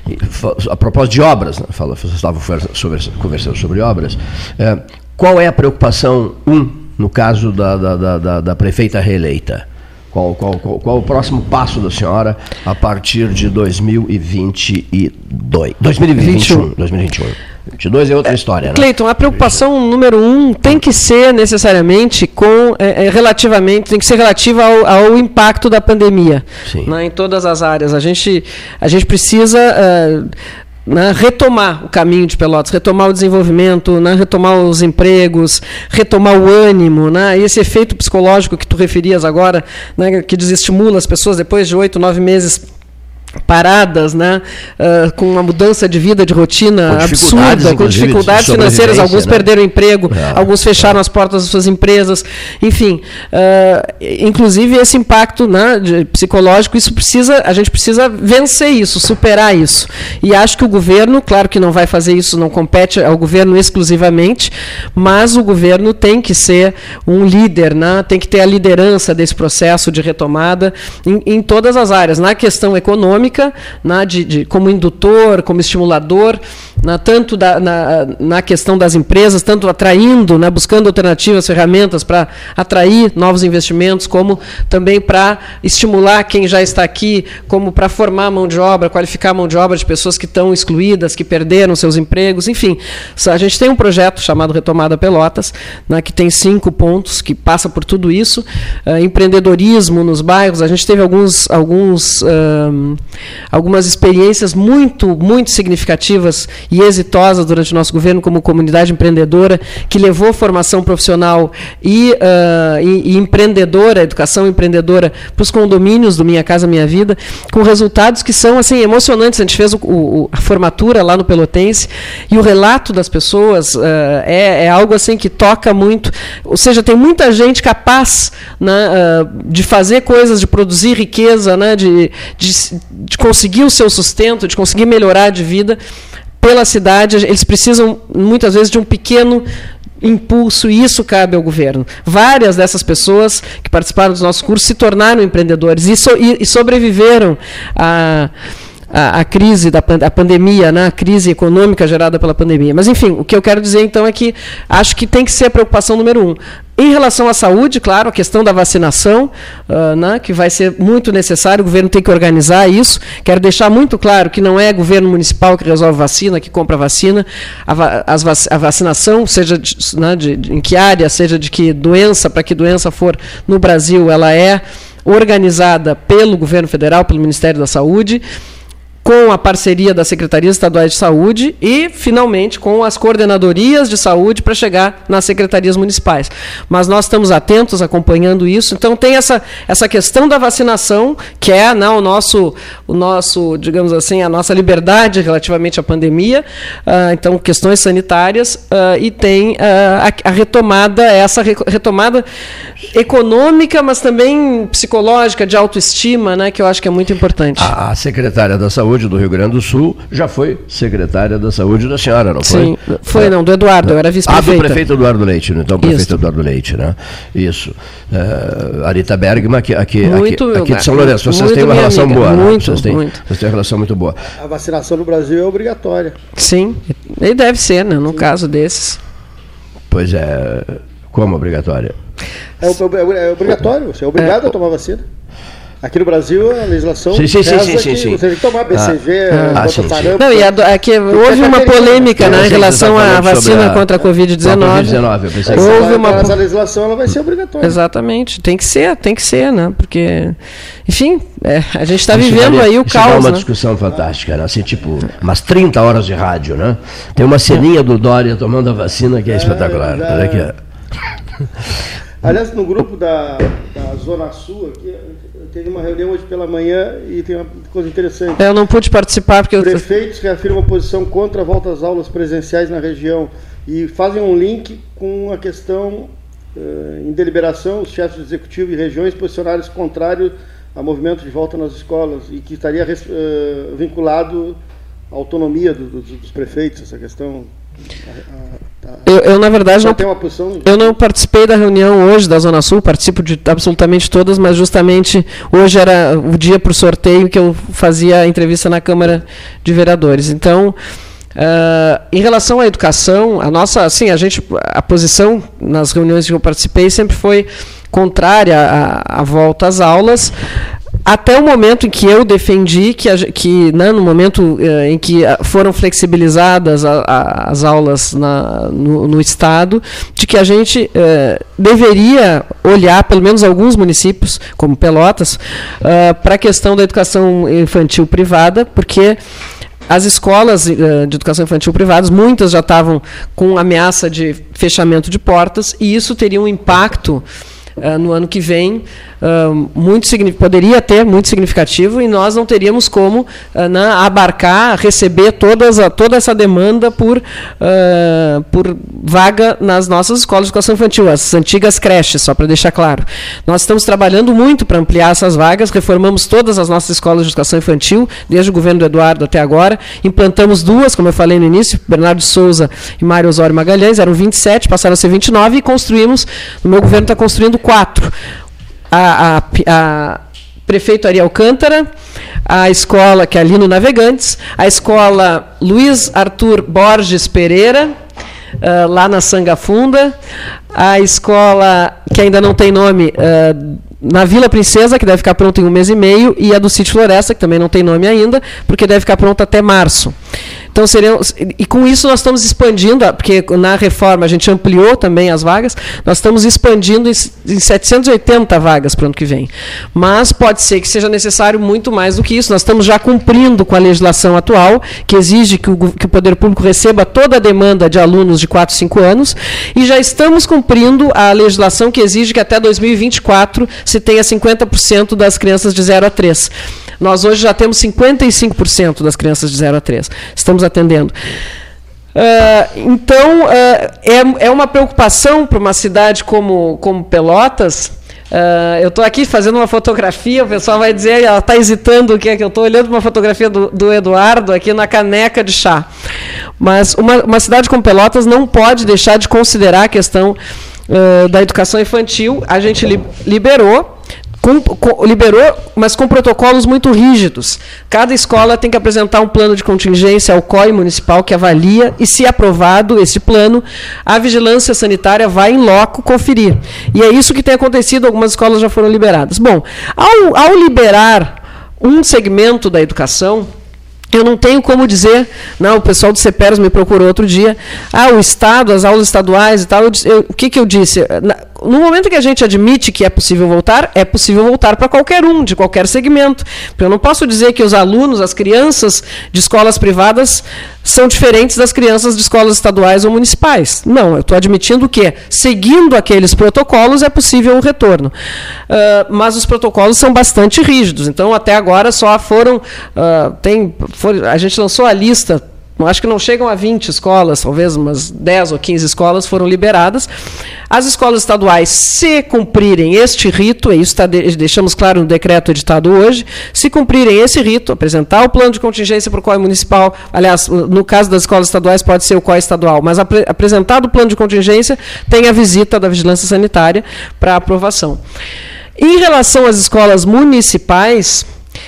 a propósito de obras, né, fala, vocês estavam conversando sobre obras, é, qual é a preocupação, um, no caso da, da, da, da prefeita reeleita? Qual, qual, qual, qual o próximo passo da senhora a partir de dois mil e vinte e dois? dois mil e vinte e um. dois mil e vinte e um. vinte e dois é outra história, né? Cleiton, a preocupação número um tem que ser necessariamente com, é, relativamente, tem que ser relativa ao, ao impacto da pandemia, né, em todas as áreas. A gente, a gente precisa uh, né, retomar o caminho de Pelotas, retomar o desenvolvimento, né, retomar os empregos, retomar o ânimo, né, esse efeito psicológico que tu referias agora, né, que desestimula as pessoas depois de oito, nove meses paradas, né, uh, com uma mudança de vida, de rotina com absurda, com dificuldades financeiras, alguns né? perderam o emprego, é, alguns fecharam é. as portas das suas empresas, enfim, uh, inclusive esse impacto, né, de, psicológico, isso precisa, a gente precisa vencer isso, superar isso, e acho que o governo, claro que não vai fazer isso, não compete ao governo exclusivamente, mas o governo tem que ser um líder, né, tem que ter a liderança desse processo de retomada em, em todas as áreas, na questão econômica, Na, de, de, como indutor, como estimulador, na, tanto da, na, na questão das empresas, tanto atraindo, né, buscando alternativas, ferramentas para atrair novos investimentos, como também para estimular quem já está aqui, como para formar mão de obra, qualificar a mão de obra de pessoas que estão excluídas, que perderam seus empregos, enfim. A gente tem um projeto chamado Retomada Pelotas, né, que tem cinco pontos, que passa por tudo isso, uh, empreendedorismo nos bairros, a gente teve alguns... alguns uh, algumas experiências muito, muito significativas e exitosas durante o nosso governo como comunidade empreendedora, que levou formação profissional e, uh, e, e empreendedora, educação empreendedora para os condomínios do Minha Casa Minha Vida, com resultados que são assim, emocionantes. A gente fez o, o, a formatura lá no Pelotense e o relato das pessoas uh, é, é algo assim que toca muito, ou seja, tem muita gente capaz, né, uh, de fazer coisas, de produzir riqueza, né, de, de de conseguir o seu sustento, de conseguir melhorar de vida pela cidade. Eles precisam, muitas vezes, de um pequeno impulso, e isso cabe ao governo. Várias dessas pessoas que participaram dos nossos cursos se tornaram empreendedores e, so, e, e sobreviveram a... A, a crise da a pandemia, né, a crise econômica gerada pela pandemia. Mas, enfim, o que eu quero dizer, então, é que acho que tem que ser a preocupação número um. Em relação à saúde, claro, a questão da vacinação, uh, né, que vai ser muito necessário, o governo tem que organizar isso. Quero deixar muito claro que não é governo municipal que resolve vacina, que compra vacina. A, va as vac a vacinação, seja de, né, de, de, em que área, seja de que doença, para que doença for no Brasil, ela é organizada pelo governo federal, pelo Ministério da Saúde, com a parceria das Secretarias Estaduais de Saúde e, finalmente, com as coordenadorias de saúde para chegar nas secretarias municipais. Mas nós estamos atentos, acompanhando isso. Então, tem essa, essa questão da vacinação, que é, né, o, nosso, o nosso, digamos assim, a nossa liberdade relativamente à pandemia. Uh, então, questões sanitárias. Uh, e tem uh, a, a retomada, essa retomada econômica, mas também psicológica, de autoestima, né, que eu acho que é muito importante. A, a secretária da Saúde do Rio Grande do Sul já foi secretária da Saúde da senhora, não foi? Sim, foi, não, do Eduardo, eu era vice-prefeita. Ah, do prefeito Eduardo Leite, então, prefeito Isso. Eduardo Leite, né? Isso. Uh, Arita Bergman, aqui, aqui, muito, aqui, aqui de São Lourenço, vocês têm uma relação amiga. boa, muito, né? Vocês têm, muito. Vocês têm uma relação muito boa. A vacinação no Brasil é obrigatória. Sim, e deve ser, né, no Sim. caso desses. Pois é, como obrigatória? É, é, é obrigatório, você é obrigado é. a tomar vacina. Aqui no Brasil, a legislação sim, sim, sim, sim, sim, sim. você tem que tomar B C G, ah, ah, sim, sim. Não, e a, aqui, houve uma polêmica, né, em relação à vacina a, contra a covid dezenove. Houve uma essa legislação, ela vai ser obrigatória. Exatamente, tem que ser, tem que ser, né? Porque, enfim, é, a gente está vivendo daria, aí o caos. É uma né? discussão fantástica, né? Assim, tipo, umas trinta horas de rádio, né? Tem uma ceninha do Dória tomando a vacina que é, é espetacular. É, Olha aqui. Aliás, no grupo da, da Zona Sul, aqui, teve uma reunião hoje pela manhã e tem uma coisa interessante. Eu não pude participar porque... Prefeitos reafirmam posição contra a volta às aulas presenciais na região e fazem um link com a questão uh, em deliberação, os chefes do executivo e regiões posicionaram-se contrário a movimento de volta nas escolas e que estaria uh, vinculado à autonomia do, do, dos prefeitos, essa questão... A, a, a, eu, eu, na verdade, não, posição... eu não participei da reunião hoje da Zona Sul, participo de absolutamente todas, mas justamente hoje era o dia para o sorteio que eu fazia a entrevista na Câmara de Vereadores. Então, uh, em relação à educação, a nossa, assim, a gente, a posição nas reuniões que eu participei sempre foi contrária à, à volta às aulas, até o momento em que eu defendi que, a, que né, no momento uh, em que foram flexibilizadas a, a, as aulas na, no, no Estado, de que a gente uh, deveria olhar, pelo menos alguns municípios, como Pelotas, uh, para a questão da educação infantil privada, porque as escolas uh, de educação infantil privadas, muitas já estavam com ameaça de fechamento de portas, e isso teria um impacto Uh, no ano que vem, uh, muito poderia ter muito significativo, e nós não teríamos como uh, né, abarcar, receber todas a, toda essa demanda por, uh, por vaga nas nossas escolas de educação infantil, as antigas creches, só para deixar claro. Nós estamos trabalhando muito para ampliar essas vagas, reformamos todas as nossas escolas de educação infantil, desde o governo do Eduardo até agora, implantamos duas, como eu falei no início, Bernardo de Souza e Mário Osório Magalhães, eram vinte e sete, passaram a ser vinte e nove, e construímos, o meu governo está construindo quatro. A, a, a prefeito Ari Alcântara, a escola, que é ali no Navegantes, a escola Luiz Arthur Borges Pereira, uh, lá na Sanga Funda, a escola, que ainda não tem nome, uh, na Vila Princesa, que deve ficar pronta em um mês e meio, e a do Sítio Floresta, que também não tem nome ainda, porque deve ficar pronta até março. Então, seriam, e com isso nós estamos expandindo, porque na reforma a gente ampliou também as vagas, nós estamos expandindo em, em setecentas e oitenta vagas para o ano que vem. Mas pode ser que seja necessário muito mais do que isso. Nós estamos já cumprindo com a legislação atual, que exige que o, que o poder público receba toda a demanda de alunos de quatro, cinco anos, e já estamos cumprindo a legislação que exige que até dois mil e vinte e quatro se tenha cinquenta por cento das crianças de zero a três. Nós hoje já temos cinquenta e cinco por cento das crianças de zero a três. Estamos atendendo. Uh, então, uh, é, é uma preocupação para uma cidade como, como Pelotas. Uh, eu estou aqui fazendo uma fotografia, o pessoal vai dizer, ela está hesitando o que é que eu estou olhando, uma fotografia do, do Eduardo aqui na caneca de chá. Mas uma, uma cidade como Pelotas não pode deixar de considerar a questão uh, da educação infantil. A gente li, liberou, Com, com, liberou, mas com protocolos muito rígidos. Cada escola tem que apresentar um plano de contingência ao C O I municipal, que avalia, e se aprovado esse plano, a vigilância sanitária vai em loco conferir. E é isso que tem acontecido, algumas escolas já foram liberadas. Bom, ao, ao liberar um segmento da educação, eu não tenho como dizer, não, o pessoal do CEPERS me procurou outro dia, ah, o Estado, as aulas estaduais e tal, eu, eu, o que, que eu disse? Na, no momento que a gente admite que é possível voltar, é possível voltar para qualquer um, de qualquer segmento. Porque eu não posso dizer que os alunos, as crianças de escolas privadas são diferentes das crianças de escolas estaduais ou municipais. Não, eu estou admitindo que, seguindo aqueles protocolos, é possível o retorno. Uh, mas os protocolos são bastante rígidos. Então, até agora, só foram... Uh, tem, for, a gente lançou a lista... Acho que não chegam a vinte escolas, talvez umas dez ou quinze escolas foram liberadas. As escolas estaduais, se cumprirem este rito, e isso tá, deixamos claro no decreto editado hoje, se cumprirem esse rito, apresentar o plano de contingência para o C O I municipal, aliás, no caso das escolas estaduais pode ser o C O I estadual, mas apre, apresentado o plano de contingência, tem a visita da vigilância sanitária para aprovação. Em relação às escolas municipais...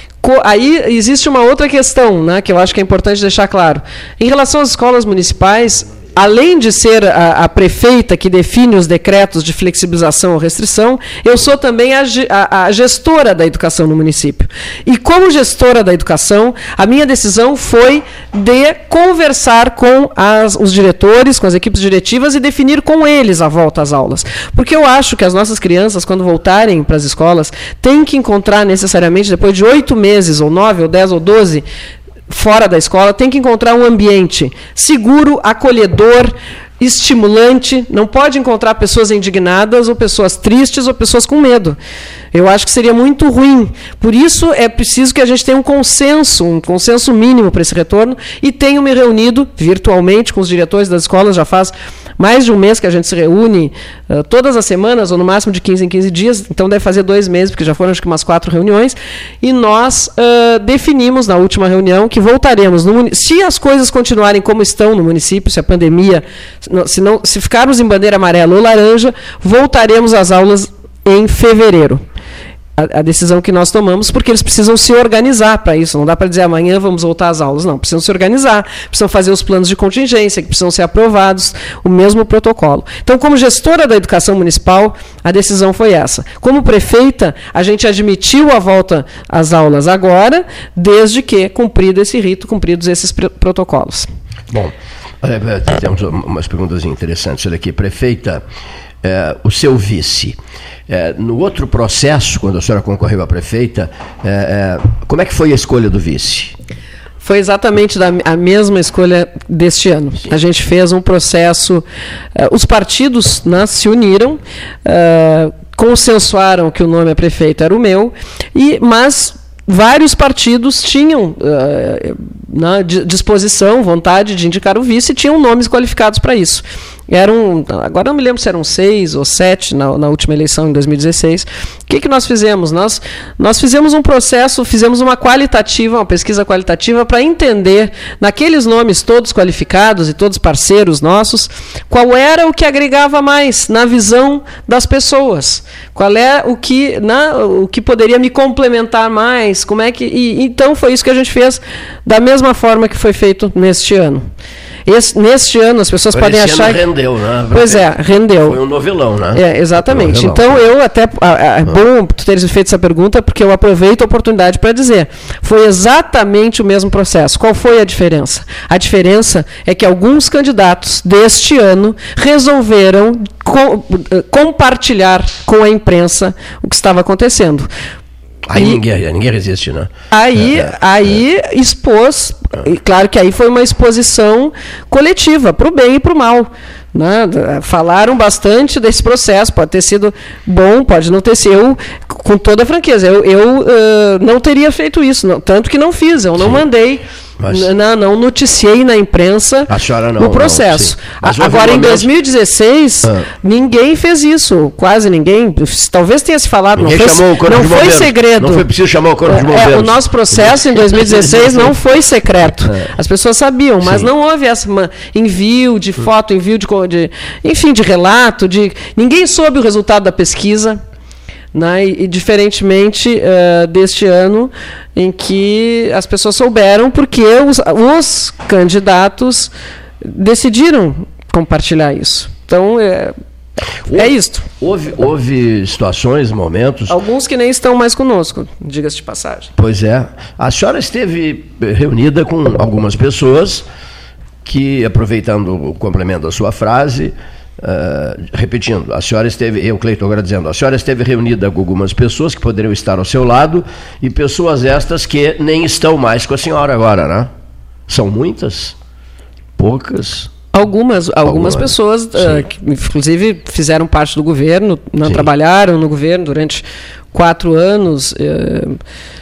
Aí existe uma outra questão, né, que eu acho que é importante deixar claro. Em relação às escolas municipais, além de ser a, a prefeita que define os decretos de flexibilização ou restrição, eu sou também a, a, a gestora da educação no município. E como gestora da educação, a minha decisão foi de conversar com as, os diretores, com as equipes diretivas e definir com eles a volta às aulas. Porque eu acho que as nossas crianças, quando voltarem para as escolas, têm que encontrar necessariamente, depois de oito meses, ou nove, ou dez, ou doze, fora da escola, tem que encontrar um ambiente seguro, acolhedor, estimulante. Não pode encontrar pessoas indignadas, ou pessoas tristes, ou pessoas com medo. Eu acho que seria muito ruim. Por isso, é preciso que a gente tenha um consenso, um consenso mínimo para esse retorno, e tenho me reunido virtualmente com os diretores das escolas, já faz mais de um mês que a gente se reúne uh, todas as semanas, ou no máximo de quinze em quinze dias, então deve fazer dois meses, porque já foram acho que umas quatro reuniões, e nós uh, definimos na última reunião que voltaremos, no, se as coisas continuarem como estão no município, se a pandemia, se, não, se ficarmos em bandeira amarela ou laranja, voltaremos às aulas em fevereiro. A, a decisão que nós tomamos, porque eles precisam se organizar para isso. Não dá para dizer amanhã vamos voltar às aulas. Não, precisam se organizar, precisam fazer os planos de contingência, que precisam ser aprovados, o mesmo protocolo. Então, como gestora da educação municipal, a decisão foi essa. Como prefeita, a gente admitiu a volta às aulas agora, desde que cumprido esse rito, cumpridos esses protocolos. Bom, temos umas perguntas interessantes. Olha aqui, prefeita, é, o seu vice... É, no outro processo, quando a senhora concorreu a prefeita, é, é, como é que foi a escolha do vice? Foi exatamente da, a mesma escolha deste ano. Sim. A gente fez um processo, uh, os partidos, né, se uniram, uh, consensuaram que o nome a prefeita era o meu, e, mas vários partidos tinham uh, na disposição, vontade de indicar o vice e tinham nomes qualificados para isso. Eram, agora não me lembro se eram seis ou sete na, na última eleição, em dois mil e dezesseis. O que, que nós fizemos? Nós, nós fizemos um processo, fizemos uma qualitativa, uma pesquisa qualitativa para entender, naqueles nomes todos qualificados e todos parceiros nossos, qual era o que agregava mais na visão das pessoas. Qual é o que, na, o que poderia me complementar mais, como é que... E, então foi isso que a gente fez, da mesma forma que foi feito neste ano. Esse, neste ano as pessoas Por podem esse achar... Ano rendeu, né? Pois é, rendeu. Foi um novelão, né? É, exatamente. Um então eu até... É bom tu teres feito essa pergunta, porque eu aproveito a oportunidade para dizer. Foi exatamente o mesmo processo. Qual foi a diferença? A diferença é que alguns candidatos deste ano resolveram com, compartilhar com a imprensa o que estava acontecendo. Aí e, ninguém, ninguém resiste, né? Aí, é, aí é. expôs, e claro que aí foi uma exposição coletiva, para o bem e para o mal. Né? Falaram bastante desse processo, pode ter sido bom, pode não ter sido. Eu, com toda a franqueza, eu, eu uh, não teria feito isso, não, tanto que não fiz, eu Sim. não mandei. Mas, não, não noticiei na imprensa não, o processo. Não, Agora, um em dois mil e dezesseis, ah. ninguém fez isso, quase ninguém. Talvez tenha se falado, ninguém não foi, o não foi segredo. Não foi preciso chamar o Corpo de Bombeiros. É, o nosso processo em dois mil e dezesseis não foi secreto. As pessoas sabiam, mas Sim. não houve esse envio de foto, envio de, de, enfim, de relato. De, ninguém soube o resultado da pesquisa. Né, e, e diferentemente uh, deste ano, em que as pessoas souberam porque os, os candidatos decidiram compartilhar isso. Então, é, houve, é isto. Houve, houve situações, momentos... Alguns que nem estão mais conosco, diga-se de passagem. Pois é. A senhora esteve reunida com algumas pessoas que, aproveitando o complemento da sua frase... Uh, repetindo, a senhora esteve, eu, Cleiton, agora dizendo, a senhora esteve reunida com algumas pessoas que poderiam estar ao seu lado e pessoas estas que nem estão mais com a senhora agora, né? São muitas? Poucas? Algumas, algumas, algumas pessoas, uh, que inclusive fizeram parte do governo, não Sim. trabalharam no governo durante quatro anos, uh,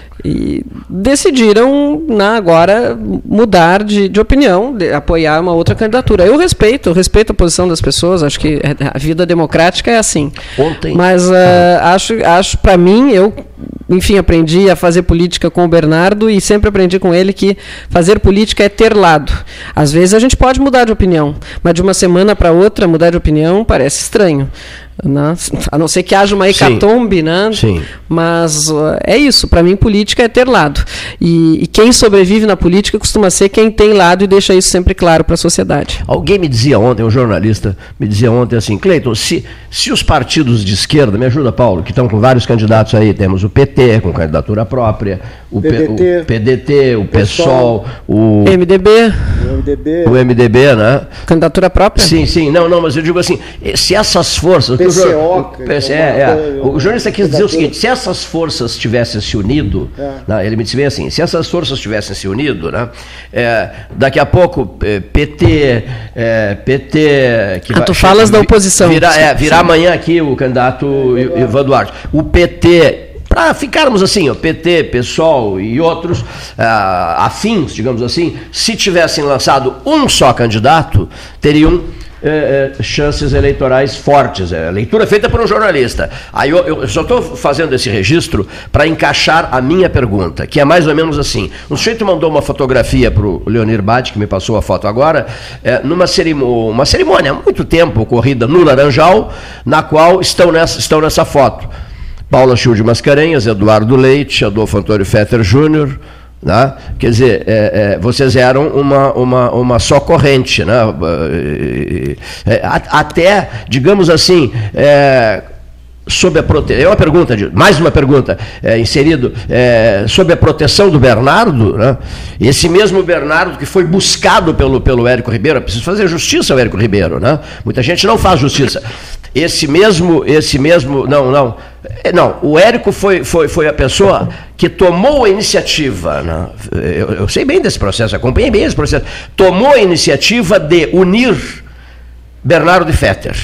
e decidiram, né, agora mudar de, de opinião, de apoiar uma outra candidatura. Eu respeito, eu respeito a posição das pessoas, acho que a vida democrática é assim. Ontem. Mas uh, ah. acho, acho para mim, eu, enfim, aprendi a fazer política com o Bernardo e sempre aprendi com ele que fazer política é ter lado. Às vezes a gente pode mudar de opinião, mas de uma semana para outra mudar de opinião parece estranho. Né? A não ser que haja uma hecatombe, Sim. né? Sim. Mas uh, é isso, para mim política é ter lado, e, e quem sobrevive na política costuma ser quem tem lado e deixa isso sempre claro para a sociedade. Alguém me dizia ontem, um jornalista me dizia ontem assim, Cleiton, se, se os partidos de esquerda, me ajuda Paulo, que estão com vários candidatos aí, temos o P T com candidatura própria, o P D T, o, P D T, o PSOL, o M D B, o M D B, o M D B, né? Candidatura própria? Sim, sim, não, não, mas eu digo assim, se essas forças... P C O, o, P C, é, é, o jornalista quis dizer o seguinte, se essas forças tivessem se unido, é. né, ele me disse assim, se essas forças tivessem se unido, né, é, daqui a pouco é, P T, é, P T... Que ah, vai, tu falas vi, da oposição. Virá, é, virá amanhã aqui o candidato é, Ivan Duarte. O P T... Para ficarmos assim, o P T, PSOL e outros uh, afins, digamos assim, se tivessem lançado um só candidato, teriam uh, uh, chances eleitorais fortes. É leitura feita por um jornalista. Aí eu, eu só estou fazendo esse registro para encaixar a minha pergunta, que é mais ou menos assim. Um sujeito mandou uma fotografia para o Leonir Bade, que me passou a foto agora, uh, numa cerimônia, uma cerimônia há muito tempo ocorrida no Laranjal, na qual estão nessa, estão nessa foto. Paula Schulde Mascarenhas, Eduardo Leite, Adolfo Antônio Fetter Júnior, né? Quer dizer, é, é, vocês eram uma, uma, uma só corrente, né? É, até, digamos assim, é, sob a proteção, é uma pergunta, mais uma pergunta, é, inserido, é, sob a proteção do Bernardo, né? Esse mesmo Bernardo que foi buscado pelo, pelo Érico Ribeiro, eu preciso fazer justiça ao Érico Ribeiro, né? Muita gente não faz justiça. Esse mesmo, esse mesmo, não, não, não, o Érico foi, foi, foi a pessoa que tomou a iniciativa, né? eu, eu sei bem desse processo, acompanhei bem esse processo, tomou a iniciativa de unir Bernardo e Fetter.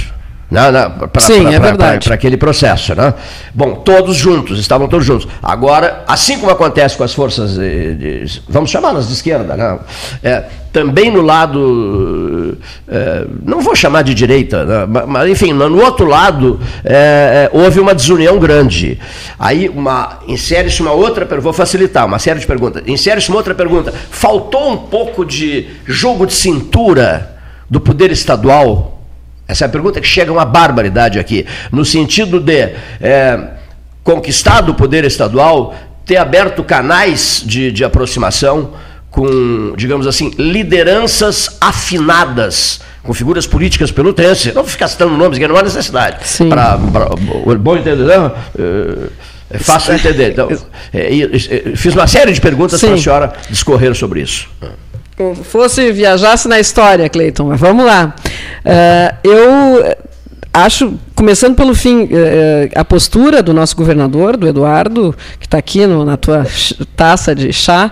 Para aquele processo, né? Bom, todos juntos, estavam todos juntos. Agora, assim como acontece com as forças, de, de, vamos chamá-las de esquerda, né? É, também no lado, é, não vou chamar de direita, né? Mas enfim, no outro lado é, é, houve uma desunião grande. Aí uma, insere-se uma outra, vou facilitar, uma série de perguntas, insere-se uma outra pergunta, faltou um pouco de jogo de cintura do poder estadual? Essa é a pergunta que chega a uma barbaridade aqui, no sentido de é, conquistado o poder estadual, ter aberto canais de, de aproximação com, digamos assim, lideranças afinadas, com figuras políticas pelotenses, não vou ficar citando nomes, que não há necessidade. Para bom entendedor, é, é fácil de entender. Então, é, é, fiz uma série de perguntas para a senhora discorrer sobre isso. Fosse, viajasse na história, Cleiton, mas vamos lá. Uh, eu acho, começando pelo fim, uh, a postura do nosso governador, do Eduardo, que está aqui no, na tua taça de chá,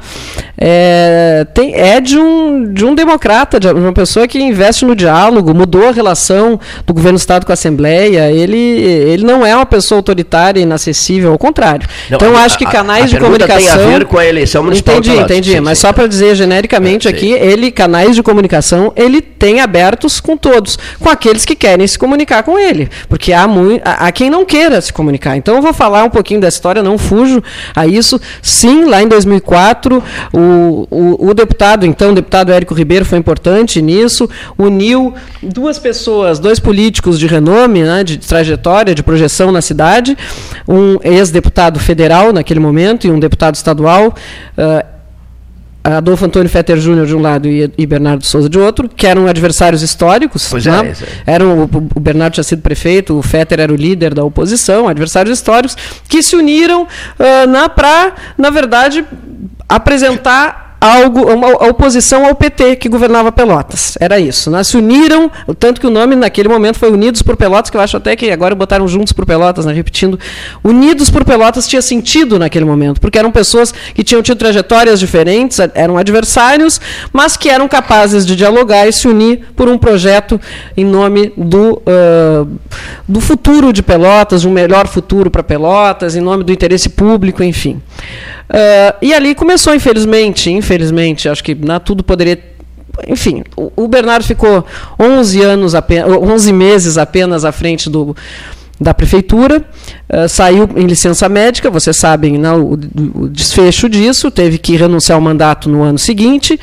é, tem, é de, um, de um democrata, de uma pessoa que investe no diálogo, mudou a relação do governo do Estado com a Assembleia, ele, ele não é uma pessoa autoritária e inacessível, ao contrário. Não, então, eu acho que canais a, a de comunicação... tem a ver com a eleição municipal. Entendi, entendi, sim, mas sim, só para dizer genericamente é, aqui, ele, canais de comunicação, ele tem abertos com todos, com aqueles que querem se comunicar com ele, porque há, muito, há, há quem não queira se comunicar. Então, eu vou falar um pouquinho da história, não fujo a isso. Sim, lá em dois mil e quatro, o O, o, o deputado, então, o deputado Érico Ribeiro foi importante nisso, uniu duas pessoas, dois políticos de renome, né, de trajetória, de projeção na cidade, um ex-deputado federal naquele momento e um deputado estadual, uh, Adolfo Antônio Fetter Júnior de um lado e, e Bernardo Souza de outro, que eram adversários históricos. Pois né? é, eram, o, o Bernardo tinha sido prefeito, o Fetter era o líder da oposição, adversários históricos, que se uniram uh, para, na verdade, apresentar algo, uma oposição ao P T que governava Pelotas. Era isso. Né? Se uniram, tanto que o nome naquele momento foi Unidos por Pelotas, que eu acho até que agora botaram Juntos por Pelotas, né? Repetindo. Unidos por Pelotas tinha sentido naquele momento, porque eram pessoas que tinham tido trajetórias diferentes, eram adversários, mas que eram capazes de dialogar e se unir por um projeto em nome do, uh, do futuro de Pelotas, de um melhor futuro para Pelotas, em nome do interesse público, enfim. Uh, e ali começou, infelizmente, infelizmente, acho que né, tudo poderia... Enfim, o, o Bernardo ficou onze anos apenas, onze meses apenas à frente do, da prefeitura, uh, saiu em licença médica, vocês sabem né, o, o desfecho disso, teve que renunciar ao mandato no ano seguinte.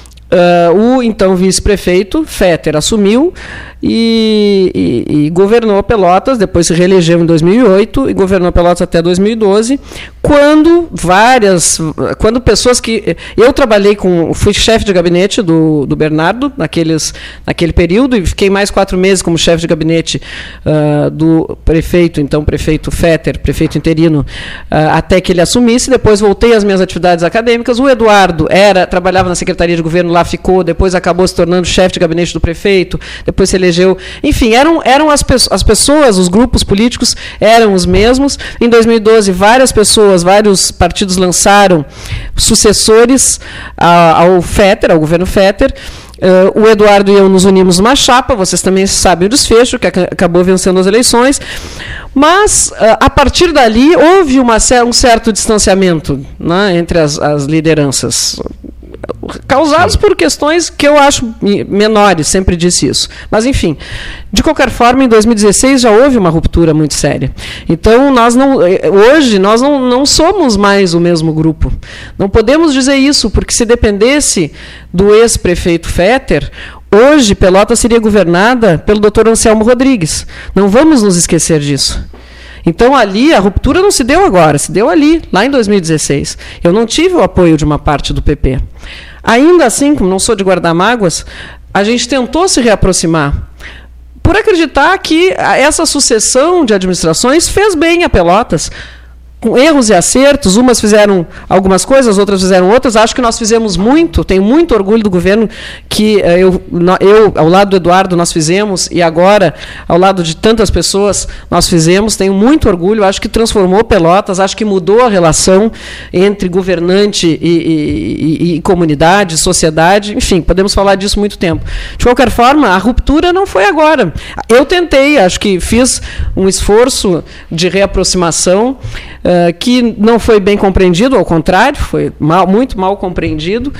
Uh, o então vice-prefeito, Fetter, assumiu e, e, e governou Pelotas, depois se reelegeu em dois mil e oito e governou Pelotas até dois mil e doze, quando várias, quando pessoas que... Eu trabalhei com, fui chefe de gabinete do, do Bernardo naqueles, naquele período e fiquei mais quatro meses como chefe de gabinete uh, do prefeito, então prefeito Fetter, prefeito interino, uh, até que ele assumisse, depois voltei às minhas atividades acadêmicas. O Eduardo era, trabalhava na Secretaria de Governo, lá ficou, depois acabou se tornando chefe de gabinete do prefeito, depois se elegeu. Enfim, eram, eram as, as pessoas, os grupos políticos eram os mesmos. Em dois mil e doze, várias pessoas, vários partidos lançaram sucessores a, ao Fetter, ao governo Fetter. Uh, o Eduardo e eu nos unimos numa chapa, vocês também sabem o desfecho, que acabou vencendo as eleições. Mas, uh, a partir dali, houve uma, um certo distanciamento né, entre as, as lideranças, causados por questões que eu acho menores, sempre disse isso. Mas, enfim, de qualquer forma, em dois mil e dezesseis já houve uma ruptura muito séria. Então, nós não, hoje, nós não, não somos mais o mesmo grupo. Não podemos dizer isso, porque se dependesse do ex-prefeito Fetter, hoje Pelotas seria governada pelo doutor Anselmo Rodrigues. Não vamos nos esquecer disso. Então, ali, a ruptura não se deu agora, se deu ali, lá em dois mil e dezesseis. Eu não tive o apoio de uma parte do P P. Ainda assim, como não sou de guardar mágoas, a gente tentou se reaproximar, por acreditar que essa sucessão de administrações fez bem a Pelotas, com erros e acertos, umas fizeram algumas coisas, outras fizeram outras. Acho que nós fizemos muito, tenho muito orgulho do governo que eu, eu, ao lado do Eduardo, nós fizemos, e agora, ao lado de tantas pessoas, nós fizemos. Tenho muito orgulho, acho que transformou Pelotas, acho que mudou a relação entre governante e, e, e, e comunidade, sociedade, enfim, podemos falar disso muito tempo. De qualquer forma, a ruptura não foi agora. Eu tentei, acho que fiz um esforço de reaproximação, Uh, que não foi bem compreendido, ao contrário, foi mal, muito mal compreendido,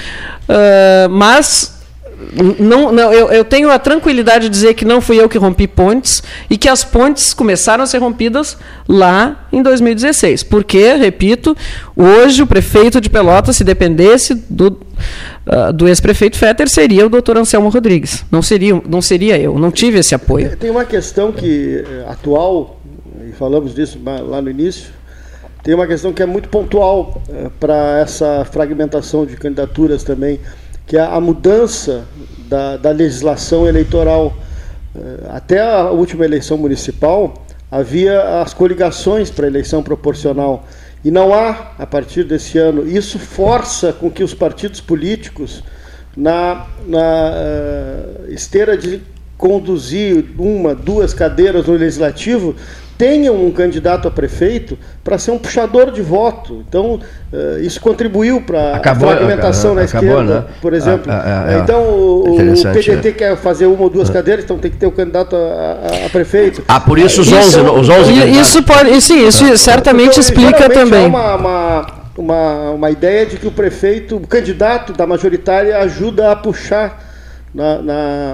uh, mas não, não, eu, eu tenho a tranquilidade de dizer que não fui eu que rompi pontes e que as pontes começaram a ser rompidas lá em dois mil e dezesseis, porque, repito, hoje o prefeito de Pelotas, se dependesse do, uh, do ex-prefeito Fetter, seria o doutor Anselmo Rodrigues, não seria, não seria eu, não tive esse apoio. Tem uma questão que, atual, e falamos disso lá no início, tem uma questão que é muito pontual é, para essa fragmentação de candidaturas também, que é a mudança da, da legislação eleitoral. É, até a última eleição municipal, havia as coligações para eleição proporcional. E não há, a partir desse ano. Isso força com que os partidos políticos, na, na uh, esteira de conduzir uma, duas cadeiras no legislativo, tenham um candidato a prefeito para ser um puxador de voto. Então, uh, isso contribuiu para a fragmentação na acabou, esquerda, né? Por exemplo. Ah, ah, ah, então, o, o P D T é. quer fazer uma ou duas ah. cadeiras, então tem que ter o um candidato a, a, a prefeito. Ah, por isso os onze, isso, os onze isso pode, sim, isso ah. certamente então, explica também. Há uma, uma, uma, uma ideia de que o prefeito, o candidato da majoritária, ajuda a puxar na... na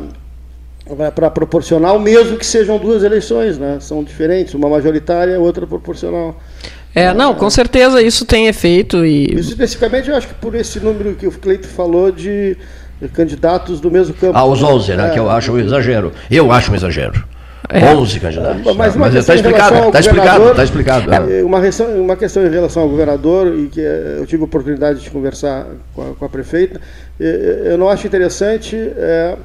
para proporcional, mesmo que sejam duas eleições, né? São diferentes, uma majoritária, outra proporcional. É, não, com certeza isso tem efeito. E... Isso especificamente, eu acho que por esse número que o Cleito falou de candidatos do mesmo campo. Ah, os onze, né? É, que eu acho um exagero. Eu acho um exagero. É. onze candidatos. Mas, mas está explicado, está explicado, está explicado. É. Uma, questão, uma questão em relação ao governador, e que eu tive a oportunidade de conversar com a, com a prefeita, eu não acho interessante... É,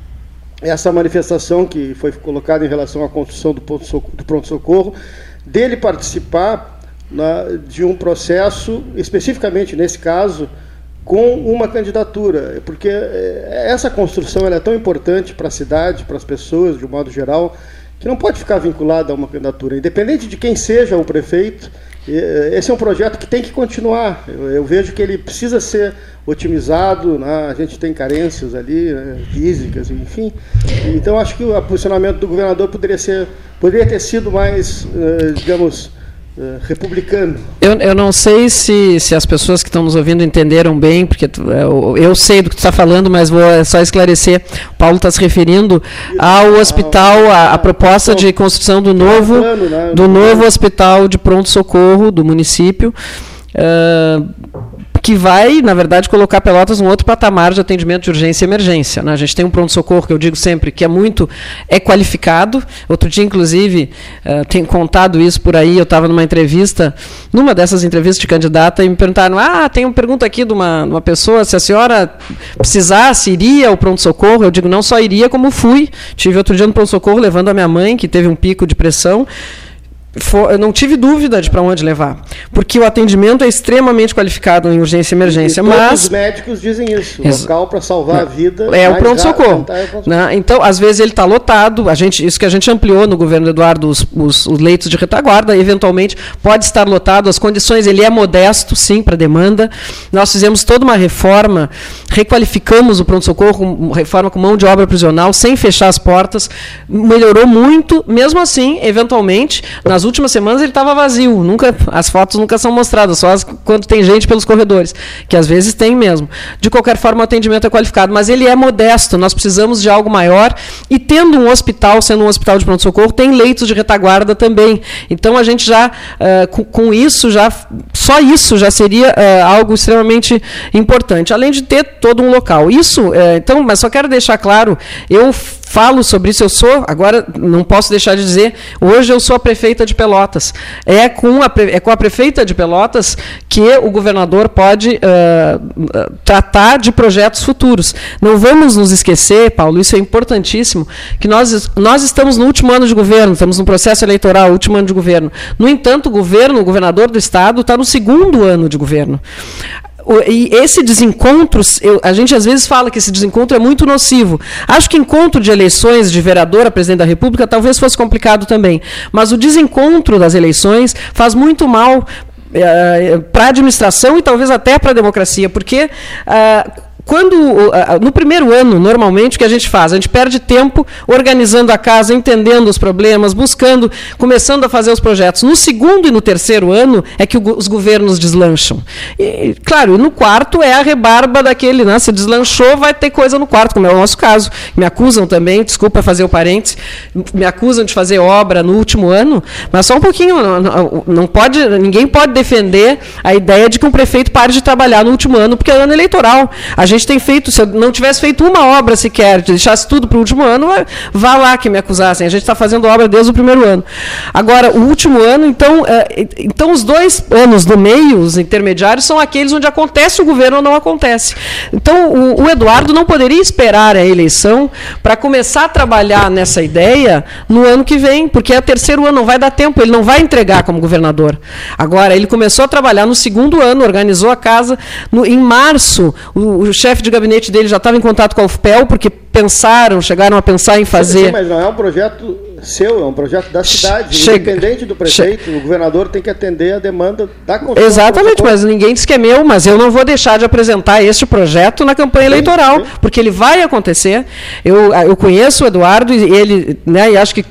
essa manifestação que foi colocada em relação à construção do pronto-socorro, dele participar na, de um processo, especificamente nesse caso, com uma candidatura, porque essa construção ela é tão importante para a cidade, para as pessoas, de um modo geral, que não pode ficar vinculada a uma candidatura, independente de quem seja o prefeito. Esse é um projeto que tem que continuar. Eu, eu vejo que ele precisa ser otimizado, né? A gente tem carências ali, né, físicas, enfim. Então, acho que o posicionamento do governador poderia ser, poderia ter sido mais, digamos, republicano. Eu, eu não sei se, se as pessoas que estão nos ouvindo entenderam bem, porque tu, eu, eu sei do que tu está falando, mas vou só esclarecer. O Paulo está se referindo ao hospital, a, a proposta de construção do novo, do novo hospital de pronto-socorro do município, uh, que vai, na verdade, colocar Pelotas num outro patamar de atendimento de urgência e emergência. Né? A gente tem um pronto-socorro, que eu digo sempre, que é muito é qualificado. Outro dia, inclusive, uh, tenho contado isso por aí, eu estava numa entrevista, numa dessas entrevistas de candidata, e me perguntaram, ah, tem uma pergunta aqui de uma, de uma pessoa, se a senhora precisasse, iria ao pronto-socorro? Eu digo, não só iria, como fui. Tive outro dia no pronto-socorro, levando a minha mãe, que teve um pico de pressão. For, eu não tive dúvida de para onde levar, porque o atendimento é extremamente qualificado em urgência e emergência. E mas os médicos dizem isso, o local para salvar a vida é o pronto-socorro. Né? Então, às vezes ele está lotado. A gente, isso que a gente ampliou no governo Eduardo, os, os, os leitos de retaguarda, eventualmente pode estar lotado. As condições, ele é modesto, sim, para demanda. Nós fizemos toda uma reforma, requalificamos o pronto-socorro, reforma com mão de obra prisional, sem fechar as portas, melhorou muito. Mesmo assim, eventualmente, nas Nas últimas semanas ele estava vazio, nunca, as fotos nunca são mostradas, só as, quando tem gente pelos corredores, que às vezes tem mesmo. De qualquer forma, o atendimento é qualificado, mas ele é modesto, nós precisamos de algo maior, e tendo um hospital, sendo um hospital de pronto-socorro, tem leitos de retaguarda também. Então, a gente já, uh, com, com isso, já, só isso já seria uh, algo extremamente importante, além de ter todo um local. Isso, uh, então, mas só quero deixar claro, eu falo sobre isso, eu sou, agora não posso deixar de dizer, hoje eu sou a prefeita de Pelotas. É com a, é com a prefeita de Pelotas que o governador pode uh, tratar de projetos futuros. Não vamos nos esquecer, Paulo, isso é importantíssimo, que nós, nós estamos no último ano de governo, estamos no processo eleitoral, último ano de governo. No entanto, o governo, o governador do estado, está no segundo ano de governo. E esse desencontro, eu, a gente às vezes fala que esse desencontro é muito nocivo. Acho que encontro de eleições de vereador a presidente da República talvez fosse complicado também. Mas o desencontro das eleições faz muito mal eh, para a administração e talvez até para a democracia, porque ah, quando, no primeiro ano, normalmente, o que a gente faz? A gente perde tempo organizando a casa, entendendo os problemas, buscando, começando a fazer os projetos. No segundo e no terceiro ano é que os governos deslancham. E, claro, e no quarto é a rebarba daquele, né? Se deslanchou, vai ter coisa no quarto, como é o nosso caso. Me acusam também, desculpa fazer o parênteses, me acusam de fazer obra no último ano, mas só um pouquinho, não, não pode, ninguém pode defender a ideia de que um prefeito pare de trabalhar no último ano, porque é ano eleitoral. A gente A gente tem feito, se eu não tivesse feito uma obra sequer, deixasse tudo para o último ano, vá lá que me acusassem. A gente está fazendo obra desde o primeiro ano. Agora, o último ano, então, é, então os dois anos do meio, os intermediários, são aqueles onde acontece o governo ou não acontece. Então, o, o Eduardo não poderia esperar a eleição para começar a trabalhar nessa ideia no ano que vem, porque é o terceiro ano, não vai dar tempo, ele não vai entregar como governador. Agora, ele começou a trabalhar no segundo ano, organizou a casa. No, em março, o, o chefe de gabinete dele já estava em contato com a U F P E L, porque pensaram, chegaram a pensar em fazer... Sim, mas não é um projeto seu, é um projeto da cidade. Chega. Independente do prefeito, Chega. o governador tem que atender a demanda da construção. Exatamente, mas ninguém diz que é meu, mas eu não vou deixar de apresentar este projeto na campanha sim, eleitoral, sim. porque ele vai acontecer. Eu, eu conheço o Eduardo e ele, né, e acho que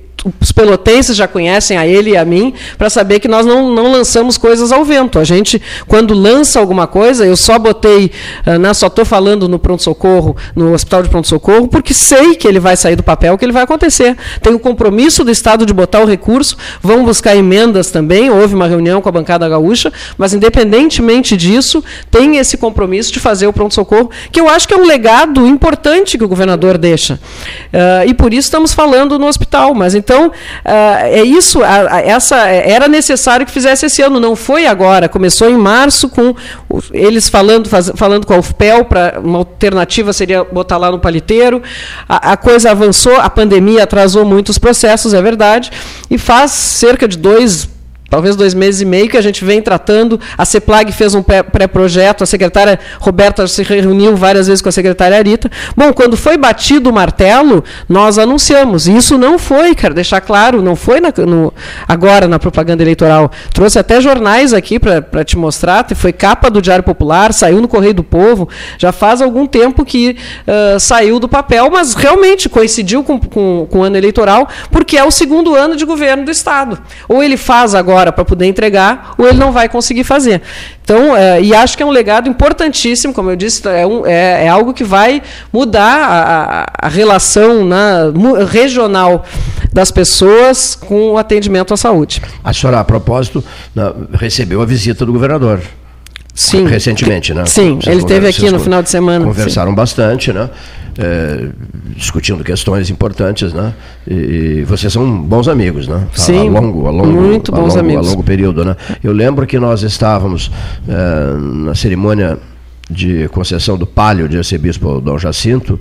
os pelotenses já conhecem a ele e a mim, para saber que nós não, não lançamos coisas ao vento. A gente, quando lança alguma coisa, eu só botei, né, só estou falando no pronto-socorro, no hospital de pronto-socorro, porque sei que ele vai sair do papel, que ele vai acontecer. Tem o compromisso do Estado de botar o recurso, vão buscar emendas também, houve uma reunião com a bancada gaúcha, mas independentemente disso, tem esse compromisso de fazer o pronto-socorro, que eu acho que é um legado importante que o governador deixa. Uh, e por isso estamos falando no hospital, mas então Então, uh, é isso, a, a, essa, era necessário que fizesse esse ano, não foi agora, começou em março, com eles falando, faz, falando com a U F P E L, para uma alternativa seria botar lá no paliteiro, a, a coisa avançou, a pandemia atrasou muito os processos, é verdade, e faz cerca de dois talvez dois meses e meio, que a gente vem tratando. A CEPLAG fez um pré-projeto, a secretária Roberta se reuniu várias vezes com a secretária Arita. Bom, quando foi batido o martelo, nós anunciamos. E isso não foi, quero deixar claro, não foi na, no, agora na propaganda eleitoral. Trouxe até jornais aqui para te mostrar, foi capa do Diário Popular, saiu no Correio do Povo, já faz algum tempo que uh, saiu do papel, mas realmente coincidiu com, com, com o ano eleitoral, porque é o segundo ano de governo do Estado. Ou ele faz agora para poder entregar, ou ele não vai conseguir fazer. Então, é, e acho que é um legado importantíssimo, como eu disse, é, um, é, é algo que vai mudar a, a, a relação, né, regional das pessoas com o atendimento à saúde. A senhora, a propósito, recebeu a visita do governador. Sim. Recentemente, né? Sim, vocês ele esteve aqui no final de semana. Conversaram sim. bastante, né? É, discutindo questões importantes, né? E vocês são bons amigos, né? Sim, a longo, a longo, muito bons a longo, amigos. A longo período, né? Eu lembro que nós estávamos é, na cerimônia de concessão do palio de arcebispo Dom Jacinto,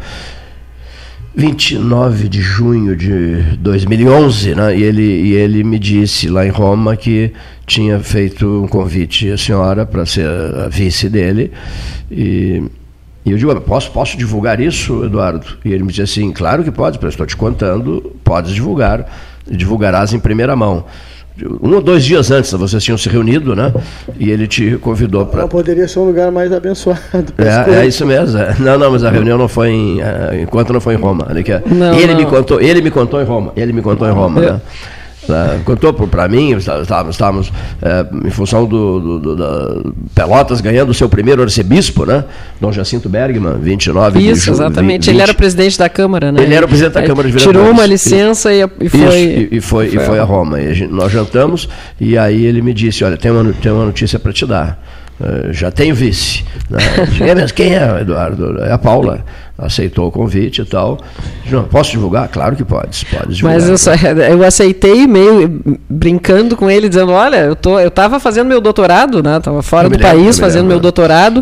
vinte e nove de junho de dois mil e onze, né? E ele, e ele me disse lá em Roma que tinha feito um convite à senhora para ser a vice dele. E, e eu digo, posso, posso divulgar isso, Eduardo? E ele me disse assim, claro que pode, estou te contando, podes divulgar, e divulgarás em primeira mão. Um ou dois dias antes, vocês tinham se reunido, né? E ele te convidou para... Não poderia ser um lugar mais abençoado. É, é isso mesmo. É. Não, não, mas a reunião não foi em... Uh, enquanto não foi em Roma. Ele, que, não, ele, não. Me contou, ele me contou em Roma. Ele me contou em Roma, é. né? Uh, contou para mim, estávamos, estávamos uh, em função do, do, do da Pelotas ganhando o seu primeiro arcebispo, né? Dom Jacinto Bergman, vinte e nove Isso, de julho. exatamente. vinte, ele era presidente da Câmara, né? Ele era o presidente da Câmara de Vereadores. Tirou uma licença e, e foi... Isso, e, e foi, foi, e foi a Roma. E a gente, nós jantamos e aí ele me disse, olha, tem uma, tem uma notícia para te dar. Uh, já tenho vice. Né? Disse, mas quem é, Eduardo? É a Paula. Aceitou o convite e tal. Não, posso divulgar? Claro que pode. Pode divulgar. Mas eu, só, eu aceitei meio brincando com ele, dizendo, olha, eu tô, eu estava fazendo meu doutorado, né? Estava fora eu do lembro, país fazendo lembro. meu doutorado.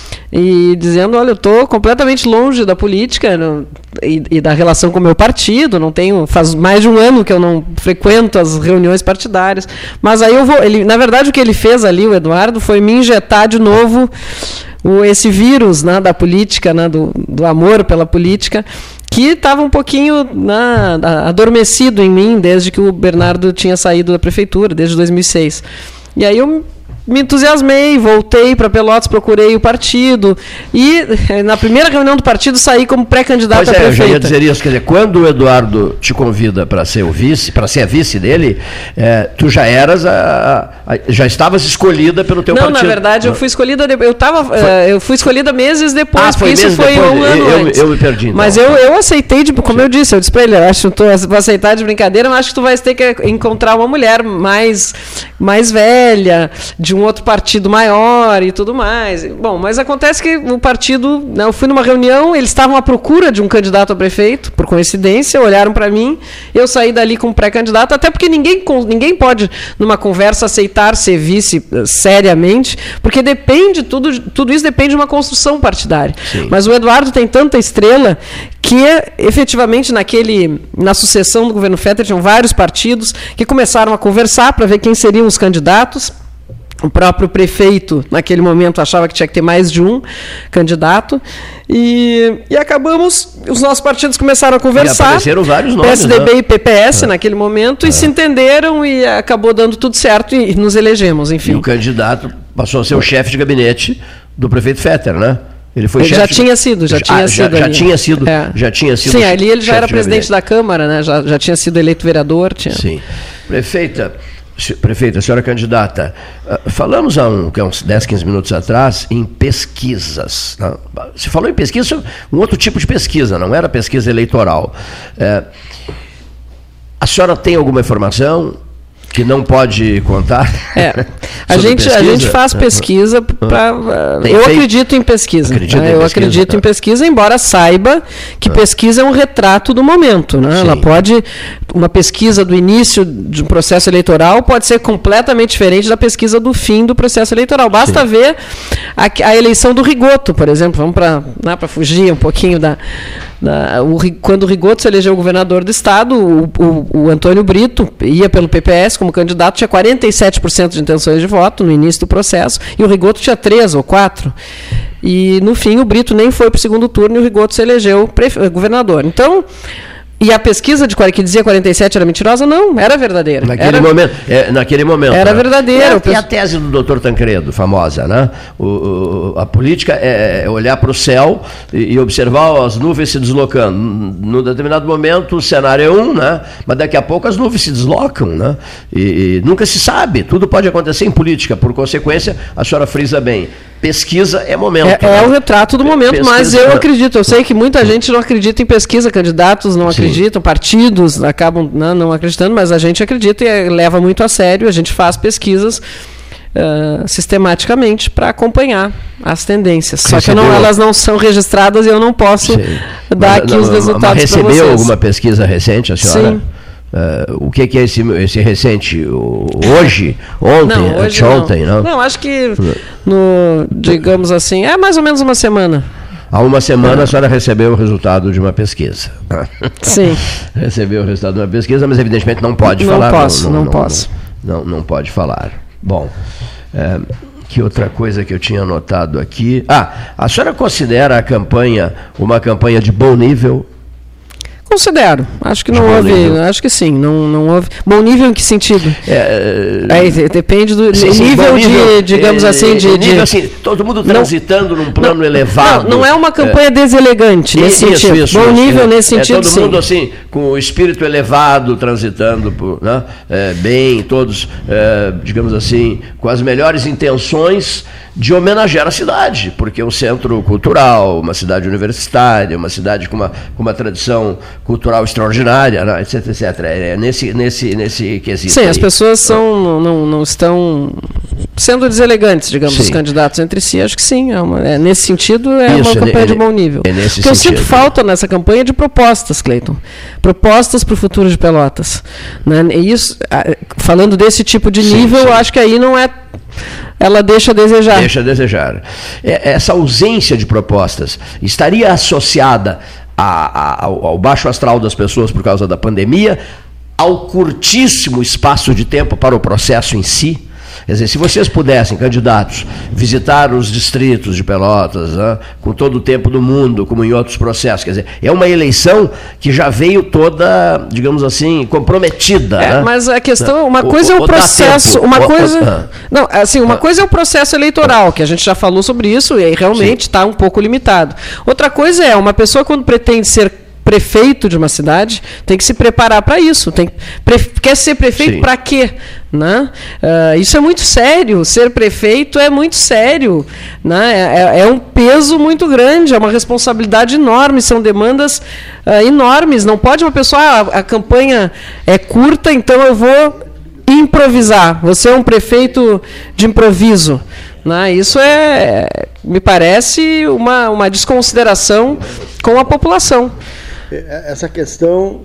E dizendo, olha, eu estou completamente longe da política no, e, e da relação com o meu partido, não tenho, faz mais de um ano que eu não frequento as reuniões partidárias, mas aí eu vou, ele, na verdade o que ele fez ali, o Eduardo, foi me injetar de novo o, esse vírus, né, da política, né, do, do amor pela política, que estava um pouquinho, né, adormecido em mim desde que o Bernardo tinha saído da prefeitura, desde dois mil e seis. E aí eu me entusiasmei, voltei para Pelotas, procurei o partido e na primeira reunião do partido saí como pré-candidato a prefeita. Pois é, eu já ia dizer isso, quer dizer, quando o Eduardo te convida para ser o vice, para ser a vice dele, é, tu já eras, a, a, já estavas escolhida pelo teu Não, partido. Não, na verdade, eu fui escolhida, eu, tava, eu fui escolhida meses depois, ah, foi porque isso foi depois, um ano eu, antes. Eu, eu me perdi, então. Mas eu, eu aceitei, de, como Sim. eu disse, eu disse para ele, acho que tu vou aceitar de brincadeira, mas acho que tu vais ter que encontrar uma mulher mais, mais velha, de um outro partido maior e tudo mais. Bom, mas acontece que o partido, né, eu fui numa reunião, eles estavam à procura de um candidato a prefeito, por coincidência, olharam para mim, eu saí dali como pré-candidato, até porque ninguém, ninguém pode, numa conversa, aceitar ser vice uh, seriamente, porque depende, tudo, tudo isso depende de uma construção partidária. Sim. Mas o Eduardo tem tanta estrela que, efetivamente, naquele, na sucessão do governo Fetter, tinham vários partidos que começaram a conversar para ver quem seriam os candidatos. O próprio prefeito, naquele momento, achava que tinha que ter mais de um candidato. E, e acabamos, os nossos partidos começaram a conversar. E apareceram vários nomes, P S D B né? e P P S é. naquele momento, é. e se entenderam e acabou dando tudo certo e, e nos elegemos, enfim. E o candidato passou a ser o chefe de gabinete do prefeito Fetter, né? Ele foi ele chefe já de... tinha sido, já, já tinha já, sido. Já ali. tinha sido, é. já tinha sido. Sim, ali ele já era presidente gabinete. da Câmara, né? Já, já tinha sido eleito vereador. Tinha... Sim. Prefeita, prefeita, senhora candidata, falamos há um, uns dez, quinze minutos atrás em pesquisas. Né? Você falou em pesquisa, um outro tipo de pesquisa, não era pesquisa eleitoral. É, a senhora tem alguma informação que não pode contar? É. A, gente, a gente faz pesquisa para. Eu feito? acredito em pesquisa. Acredito né? em eu pesquisa, acredito tá. em pesquisa, embora saiba que ah. pesquisa é um retrato do momento. Né? Ela pode. Uma pesquisa do início de um processo eleitoral pode ser completamente diferente da pesquisa do fim do processo eleitoral. Basta Sim. ver a, a eleição do Rigoto, por exemplo. Vamos para né, para fugir um pouquinho da. Na, o, quando o Rigoto se elegeu governador do estado, o, o, o Antônio Brito ia pelo P P S como candidato, tinha quarenta e sete por cento de intenções de voto no início do processo, e o Rigoto tinha três ou quatro. E, no fim, o Brito nem foi para o segundo turno e o Rigoto se elegeu prefe- governador. Então... E a pesquisa de que dizia quarenta e sete era mentirosa? Não, era verdadeira. Naquele era, momento. É, naquele momento era né? verdadeira. E a, e a tese do doutor Tancredo, famosa, né? O, o, a política é olhar para o céu e, e observar as nuvens se deslocando. Num determinado momento o cenário é um, né? Mas daqui a pouco as nuvens se deslocam, né? E, e nunca se sabe, tudo pode acontecer em política. Por consequência, a senhora frisa bem. Pesquisa é momento. É, né? é o retrato do momento, pesquisa, mas eu acredito, eu sei que muita gente não acredita em pesquisa, candidatos não Sim. acreditam, partidos acabam não, não acreditando, mas a gente acredita e leva muito a sério, a gente faz pesquisas uh, sistematicamente para acompanhar as tendências. Recebeu. Só que não, elas não são registradas e eu não posso Sim. dar mas, aqui não, os resultados para vocês. Mas recebeu alguma pesquisa recente, a senhora? Sim. Uh, o que, que é esse, esse recente? Hoje? Ontem? Não, hoje ontem, não. não? Não, acho que, no, digamos assim, é mais ou menos uma semana. Há uma semana a senhora recebeu o resultado de uma pesquisa. Sim. Recebeu o resultado de uma pesquisa, mas evidentemente não pode não falar. Posso, não, não, não, não posso. Não, não, não pode falar. Bom, é, que outra coisa que eu tinha anotado aqui. Ah, a senhora considera a campanha uma campanha de bom nível? Considero. Acho que não houve. Nível. Acho que sim. Não, não houve. Bom nível em que sentido? É, Aí, depende do sim, sim, nível, nível de, digamos é, assim, de, nível, de assim, todo mundo transitando não, num plano não, elevado. Não, não é uma campanha é, deselegante nesse isso, sentido. Isso, bom isso, nível é, nesse sentido. É todo sim. mundo assim com o espírito elevado, transitando por, né, é, bem, todos, é, digamos assim, com as melhores intenções de homenagear a cidade, porque é um centro cultural, uma cidade universitária, uma cidade com uma, com uma tradição cultural extraordinária, né, etc, etcétera. É nesse, nesse, nesse quesito. Sim, aí. As pessoas são, não, não estão sendo deselegantes, digamos, sim. os candidatos entre si. Acho que sim. É uma, é, nesse sentido, é Isso, uma campanha é, de bom nível. É nesse o que sentido. eu sinto falta nessa campanha é de propostas, Cleiton. Propostas para o futuro de Pelotas. Né? E isso, falando desse tipo de sim, nível, sim. eu acho que aí não é... Ela deixa a desejar. Deixa a desejar. Essa ausência de propostas estaria associada a, a, ao, ao baixo astral das pessoas por causa da pandemia, ao curtíssimo espaço de tempo para o processo em si? Quer dizer, se vocês pudessem, candidatos, visitar os distritos de Pelotas, né, com todo o tempo do mundo, como em outros processos, quer dizer, é uma eleição que já veio toda, digamos assim, comprometida. É, né? Mas a questão, uma coisa o, é o processo, uma o, coisa, o, não, assim, uma coisa é o processo eleitoral, que a gente já falou sobre isso e aí realmente está um pouco limitado. Outra coisa é uma pessoa quando pretende ser prefeito de uma cidade, tem que se preparar para isso. Tem, pre, quer ser prefeito para quê? Né? Uh, isso é muito sério. Ser prefeito é muito sério. Né? É, é um peso muito grande, é uma responsabilidade enorme, são demandas uh, enormes. Não pode uma pessoa, ah, a campanha é curta, então eu vou improvisar. Você é um prefeito de improviso. Né? Isso é, me parece, uma, uma desconsideração com a população. Essa questão,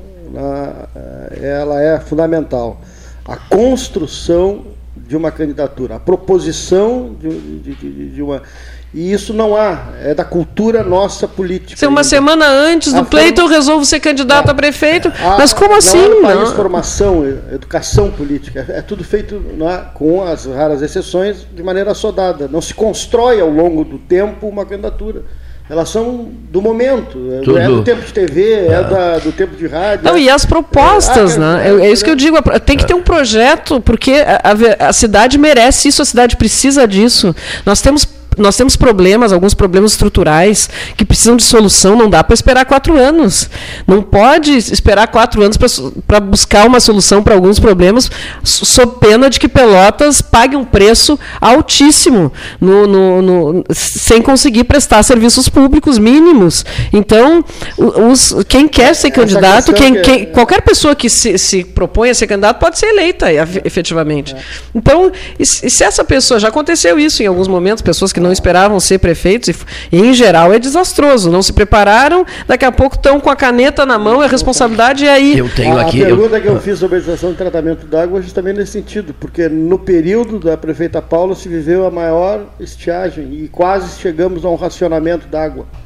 ela é fundamental. A construção de uma candidatura, a proposição de, de, de, de uma... E isso não há, é da cultura nossa política. Se uma semana antes do pleito eu resolvo ser candidato é, a prefeito, a, mas como assim? Não é país, formação, educação política, é tudo feito, não é, com as raras exceções, de maneira assodada. Não se constrói ao longo do tempo uma candidatura. Elas são do momento, Tudo. é do tempo de T V, é, é da, do tempo de rádio. Não, é, e as propostas, é, né? É, é isso que eu digo, tem que ter um projeto, porque a, a cidade merece isso, a cidade precisa disso. Nós temos Nós temos problemas, alguns problemas estruturais que precisam de solução, não dá para esperar quatro anos. Não pode esperar quatro anos para buscar uma solução para alguns problemas, sob pena de que Pelotas pague um preço altíssimo no, no, no, sem conseguir prestar serviços públicos mínimos. Então, os, quem quer ser candidato, quem, que... quem, qualquer pessoa que se, se propõe a ser candidato pode ser eleita, efetivamente. É. Então, e se essa pessoa, já aconteceu isso em alguns momentos, pessoas que não esperavam ser prefeitos, e, e em geral é desastroso, não se prepararam, daqui a pouco estão com a caneta na mão, a responsabilidade é aí. Eu tenho a, aqui, a pergunta eu... que eu fiz sobre a estação de tratamento d'água é justamente nesse sentido, porque no período da prefeita Paula se viveu a maior estiagem e quase chegamos a um racionamento d'água.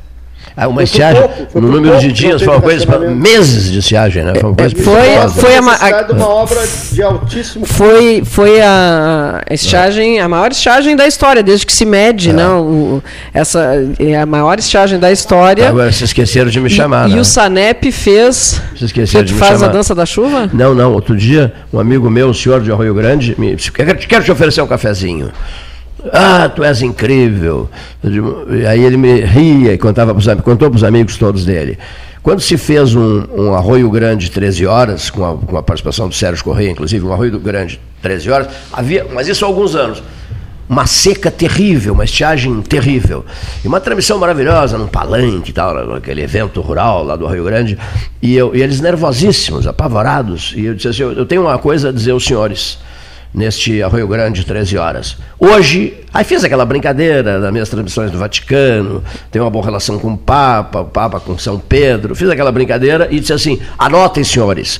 Ah, uma estiagem, pouco, no número de dias, foi uma coisa para meses de estiagem, né? Foi uma coisa foi, foi a, a, uma obra de altíssimo. Foi, foi a estiagem, a maior estiagem da história, desde que se mede, é. não? O, essa é a maior estiagem da história. Agora vocês esqueceram de me chamar, e, né? E o SANEP fez. Vocês esqueceram de me faz chamar. a dança da chuva? Não, não. Outro dia, um amigo meu, o senhor de Arroio Grande, me disse: quero, quero te oferecer um cafezinho. Ah, tu és incrível. E aí ele me ria e contava pros, contou para os amigos todos dele. Quando se fez um, um Arroio Grande treze horas, com a, com a participação do Sérgio Correia, inclusive, um Arroio Grande treze horas, havia, mas isso há alguns anos, uma seca terrível, uma estiagem terrível. E uma transmissão maravilhosa, num palanque e tal, aquele evento rural lá do Arroio Grande, e, eu, e eles nervosíssimos, apavorados. E eu disse assim: eu, eu tenho uma coisa a dizer aos senhores, neste Arroio Grande, treze horas. Hoje, aí fiz aquela brincadeira das minhas transmissões do Vaticano, tenho uma boa relação com o Papa, o Papa com São Pedro, fiz aquela brincadeira e disse assim: anotem, senhores,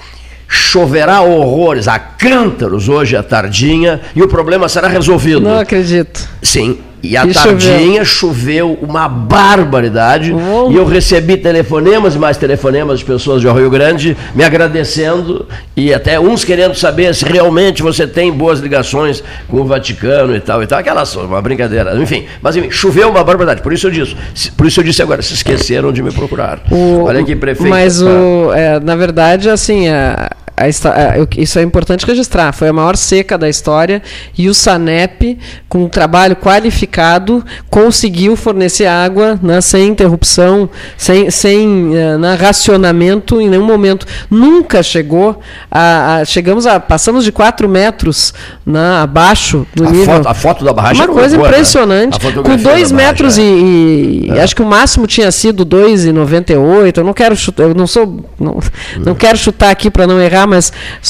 choverá horrores a cântaros hoje à tardinha e o problema será resolvido. Não acredito. Sim. E à e tardinha choveu. choveu uma barbaridade. Oh. E eu recebi telefonemas e mais telefonemas de pessoas de Arroio Grande me agradecendo e até uns querendo saber se realmente você tem boas ligações com o Vaticano e tal e tal. Aquela uma brincadeira. Enfim, mas enfim, choveu uma barbaridade. Por isso eu disse, por isso eu disse agora, se esqueceram de me procurar. O, Olha aqui, prefeito. Mas o, é, na verdade, assim, a, a, a, isso é importante registrar. Foi a maior seca da história e o SANEP, com um trabalho qualificado, conseguiu fornecer água, né, sem interrupção, sem, sem uh, na racionamento em nenhum momento. Nunca chegou a, a chegamos a passamos de quatro metros, né, abaixo do a nível. Foto, a foto da barragem uma coisa boa, impressionante, né? Com dois metros barragem, e, e é. acho que o máximo tinha sido dois e noventa e oito. Eu não quero chutar, eu não sou não, não quero chutar aqui para não errar, mas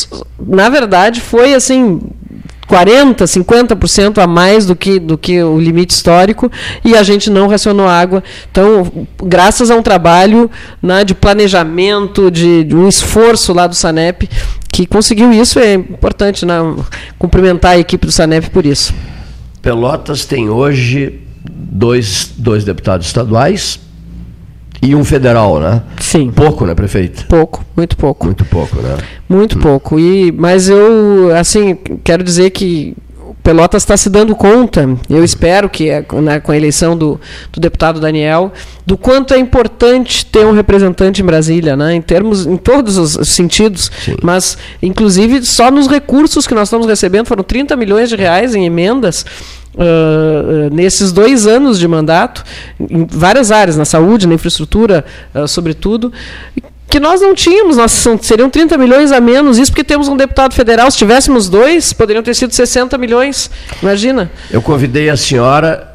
na verdade foi assim quarenta, cinquenta por cento a mais do que, do que o limite histórico e a gente não racionou água. Então, graças a um trabalho, né, de planejamento, de, de um esforço lá do SANEP, que conseguiu isso, é importante, né, cumprimentar a equipe do SANEP por isso. Pelotas tem hoje dois, dois deputados estaduais e um federal, né? Sim. Pouco, né, prefeito? Pouco, muito pouco. Muito pouco, né? Muito hum. pouco. E, mas eu, assim, quero dizer que Pelotas está se dando conta, eu espero que, né, com a eleição do, do deputado Daniel, do quanto é importante ter um representante em Brasília, né, em termos, em todos os sentidos. Sim. Mas, inclusive, só nos recursos que nós estamos recebendo, foram trinta milhões de reais em emendas, Uh, uh, nesses dois anos de mandato, em várias áreas, na saúde, na infraestrutura, uh, sobretudo, que nós não tínhamos, nós, são, seriam trinta milhões a menos, isso porque temos um deputado federal. Se tivéssemos dois, poderiam ter sido sessenta milhões, imagina. Eu convidei a senhora,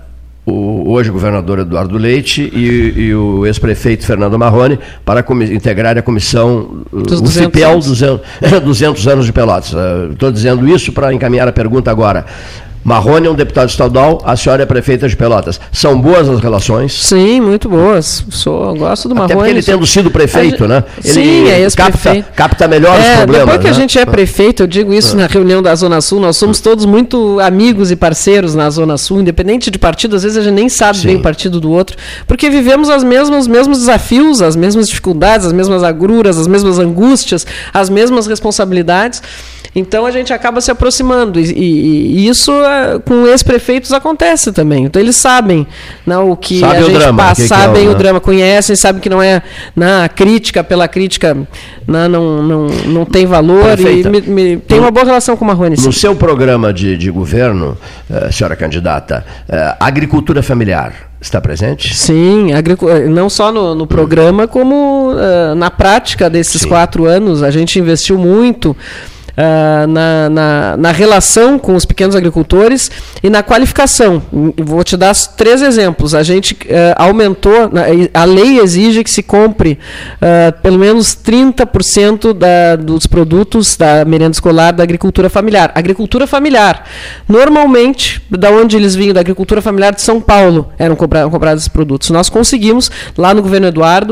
o hoje governador Eduardo Leite e, e o ex-prefeito Fernando Marrone para integrar a comissão, dos o FIPEL duzentos anos de Pelotas. Estou dizendo isso para encaminhar a pergunta agora. Marrone é um deputado estadual, a senhora é prefeita de Pelotas. São boas as relações? Sim, muito boas. Sou, gosto do Marrone. Até porque ele tendo sido prefeito, né? Ele sim, é capta, capta melhor é, os problemas. Depois que né? a gente é prefeito, eu digo isso é. na reunião da Zona Sul, nós somos todos muito amigos e parceiros na Zona Sul, independente de partido, às vezes a gente nem sabe sim. bem o partido do outro, porque vivemos as mesmas, os mesmos desafios, as mesmas dificuldades, as mesmas agruras, as mesmas angústias, as mesmas responsabilidades. Então a gente acaba se aproximando e, e, e isso com ex-prefeitos acontece também. Então eles sabem, não, o que sabe a gente drama, passa, que sabem que é o, o né? drama, conhecem, sabem que não é na crítica pela crítica, não, não, não, não tem valor. Perfeita. E me, me, tem uma boa relação com o Marrone. No seu programa de, de governo, uh, senhora candidata, uh, agricultura familiar está presente? Sim, não só no, no programa, como uh, na prática desses Sim. quatro anos, a gente investiu muito Uh, na, na, na relação com os pequenos agricultores e na qualificação. Vou te dar três exemplos. A gente uh, aumentou, a lei exige que se compre uh, pelo menos trinta por cento da, dos produtos da merenda escolar da agricultura familiar. Agricultura familiar. Normalmente, da onde eles vinham, da agricultura familiar de São Paulo, eram comprados, comprados esses produtos. Nós conseguimos, lá no governo Eduardo,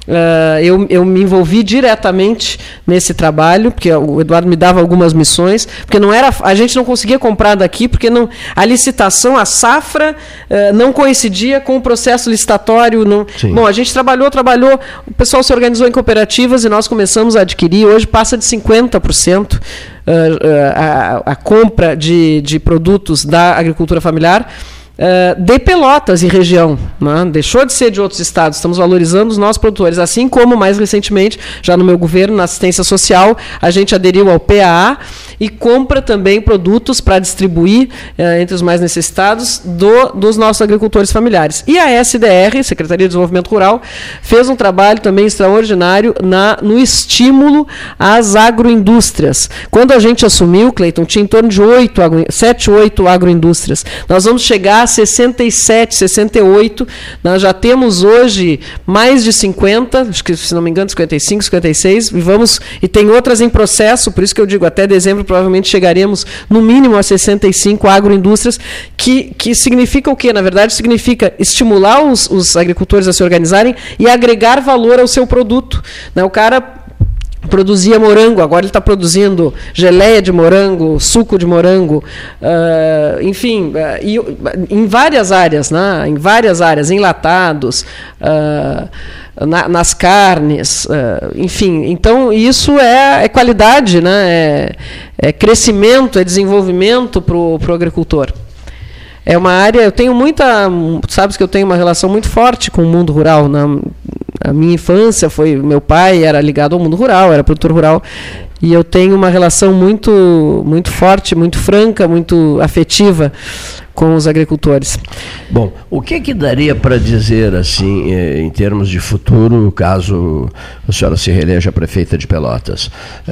Uh, eu, eu me envolvi diretamente nesse trabalho, porque o Eduardo me dava algumas missões, porque não era, a gente não conseguia comprar daqui, porque não, a licitação, a safra, uh, não coincidia com o processo licitatório. Não, bom, a gente trabalhou, trabalhou, o pessoal se organizou em cooperativas e nós começamos a adquirir, hoje passa de cinquenta por cento uh, uh, a, a compra de, de produtos da agricultura familiar, Uh, de Pelotas e região, né? Deixou de ser de outros estados. Estamos valorizando os nossos produtores, assim como mais recentemente, já no meu governo, na assistência social, a gente aderiu ao P A A e compra também produtos para distribuir uh, entre os mais necessitados do, dos nossos agricultores familiares. E a S D R, Secretaria de Desenvolvimento Rural, fez um trabalho também extraordinário na, no estímulo às agroindústrias. Quando a gente assumiu, Cleiton, tinha em torno de oito, sete, oito agroindústrias. Nós vamos chegar a sessenta e sete, sessenta e oito, nós já temos hoje mais de cinquenta, acho que se não me engano cinquenta e cinco, cinquenta e seis, e, vamos, e tem outras em processo, por isso que eu digo, até dezembro provavelmente chegaremos no mínimo a sessenta e cinco agroindústrias, que, que significa o quê? Na verdade significa estimular os, os agricultores a se organizarem e agregar valor ao seu produto. Né? O cara produzia morango, agora ele está produzindo geleia de morango, suco de morango, uh, enfim, uh, e, uh, em várias áreas, né? Em várias áreas, enlatados, uh, na, nas carnes, uh, enfim. Então, isso é, é qualidade, né? é, é crescimento, é desenvolvimento para o agricultor. É uma área, eu tenho muita, sabes que eu tenho uma relação muito forte com o mundo rural. Na, a minha infância foi, meu pai era ligado ao mundo rural, era produtor rural, e eu tenho uma relação muito, muito forte, muito franca, muito afetiva com os agricultores. Bom, o que que daria para dizer, assim, em termos de futuro, caso a senhora se reeleja prefeita de Pelotas?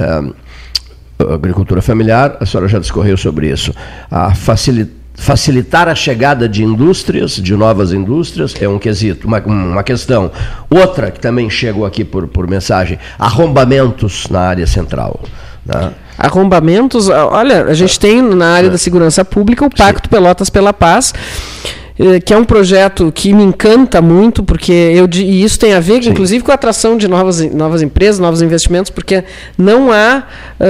É, agricultura familiar, a senhora já discorreu sobre isso. A facilidade Facilitar a chegada de indústrias, de novas indústrias, é um quesito, uma, uma questão. Outra, que também chegou aqui por, por mensagem, arrombamentos na área central. Né? Arrombamentos, olha, a gente tem na área da segurança pública o Pacto Sim. Pelotas pela Paz, que é um projeto que me encanta muito, porque eu, e isso tem a ver, Sim. inclusive, com a atração de novas, novas empresas, novos investimentos, porque não há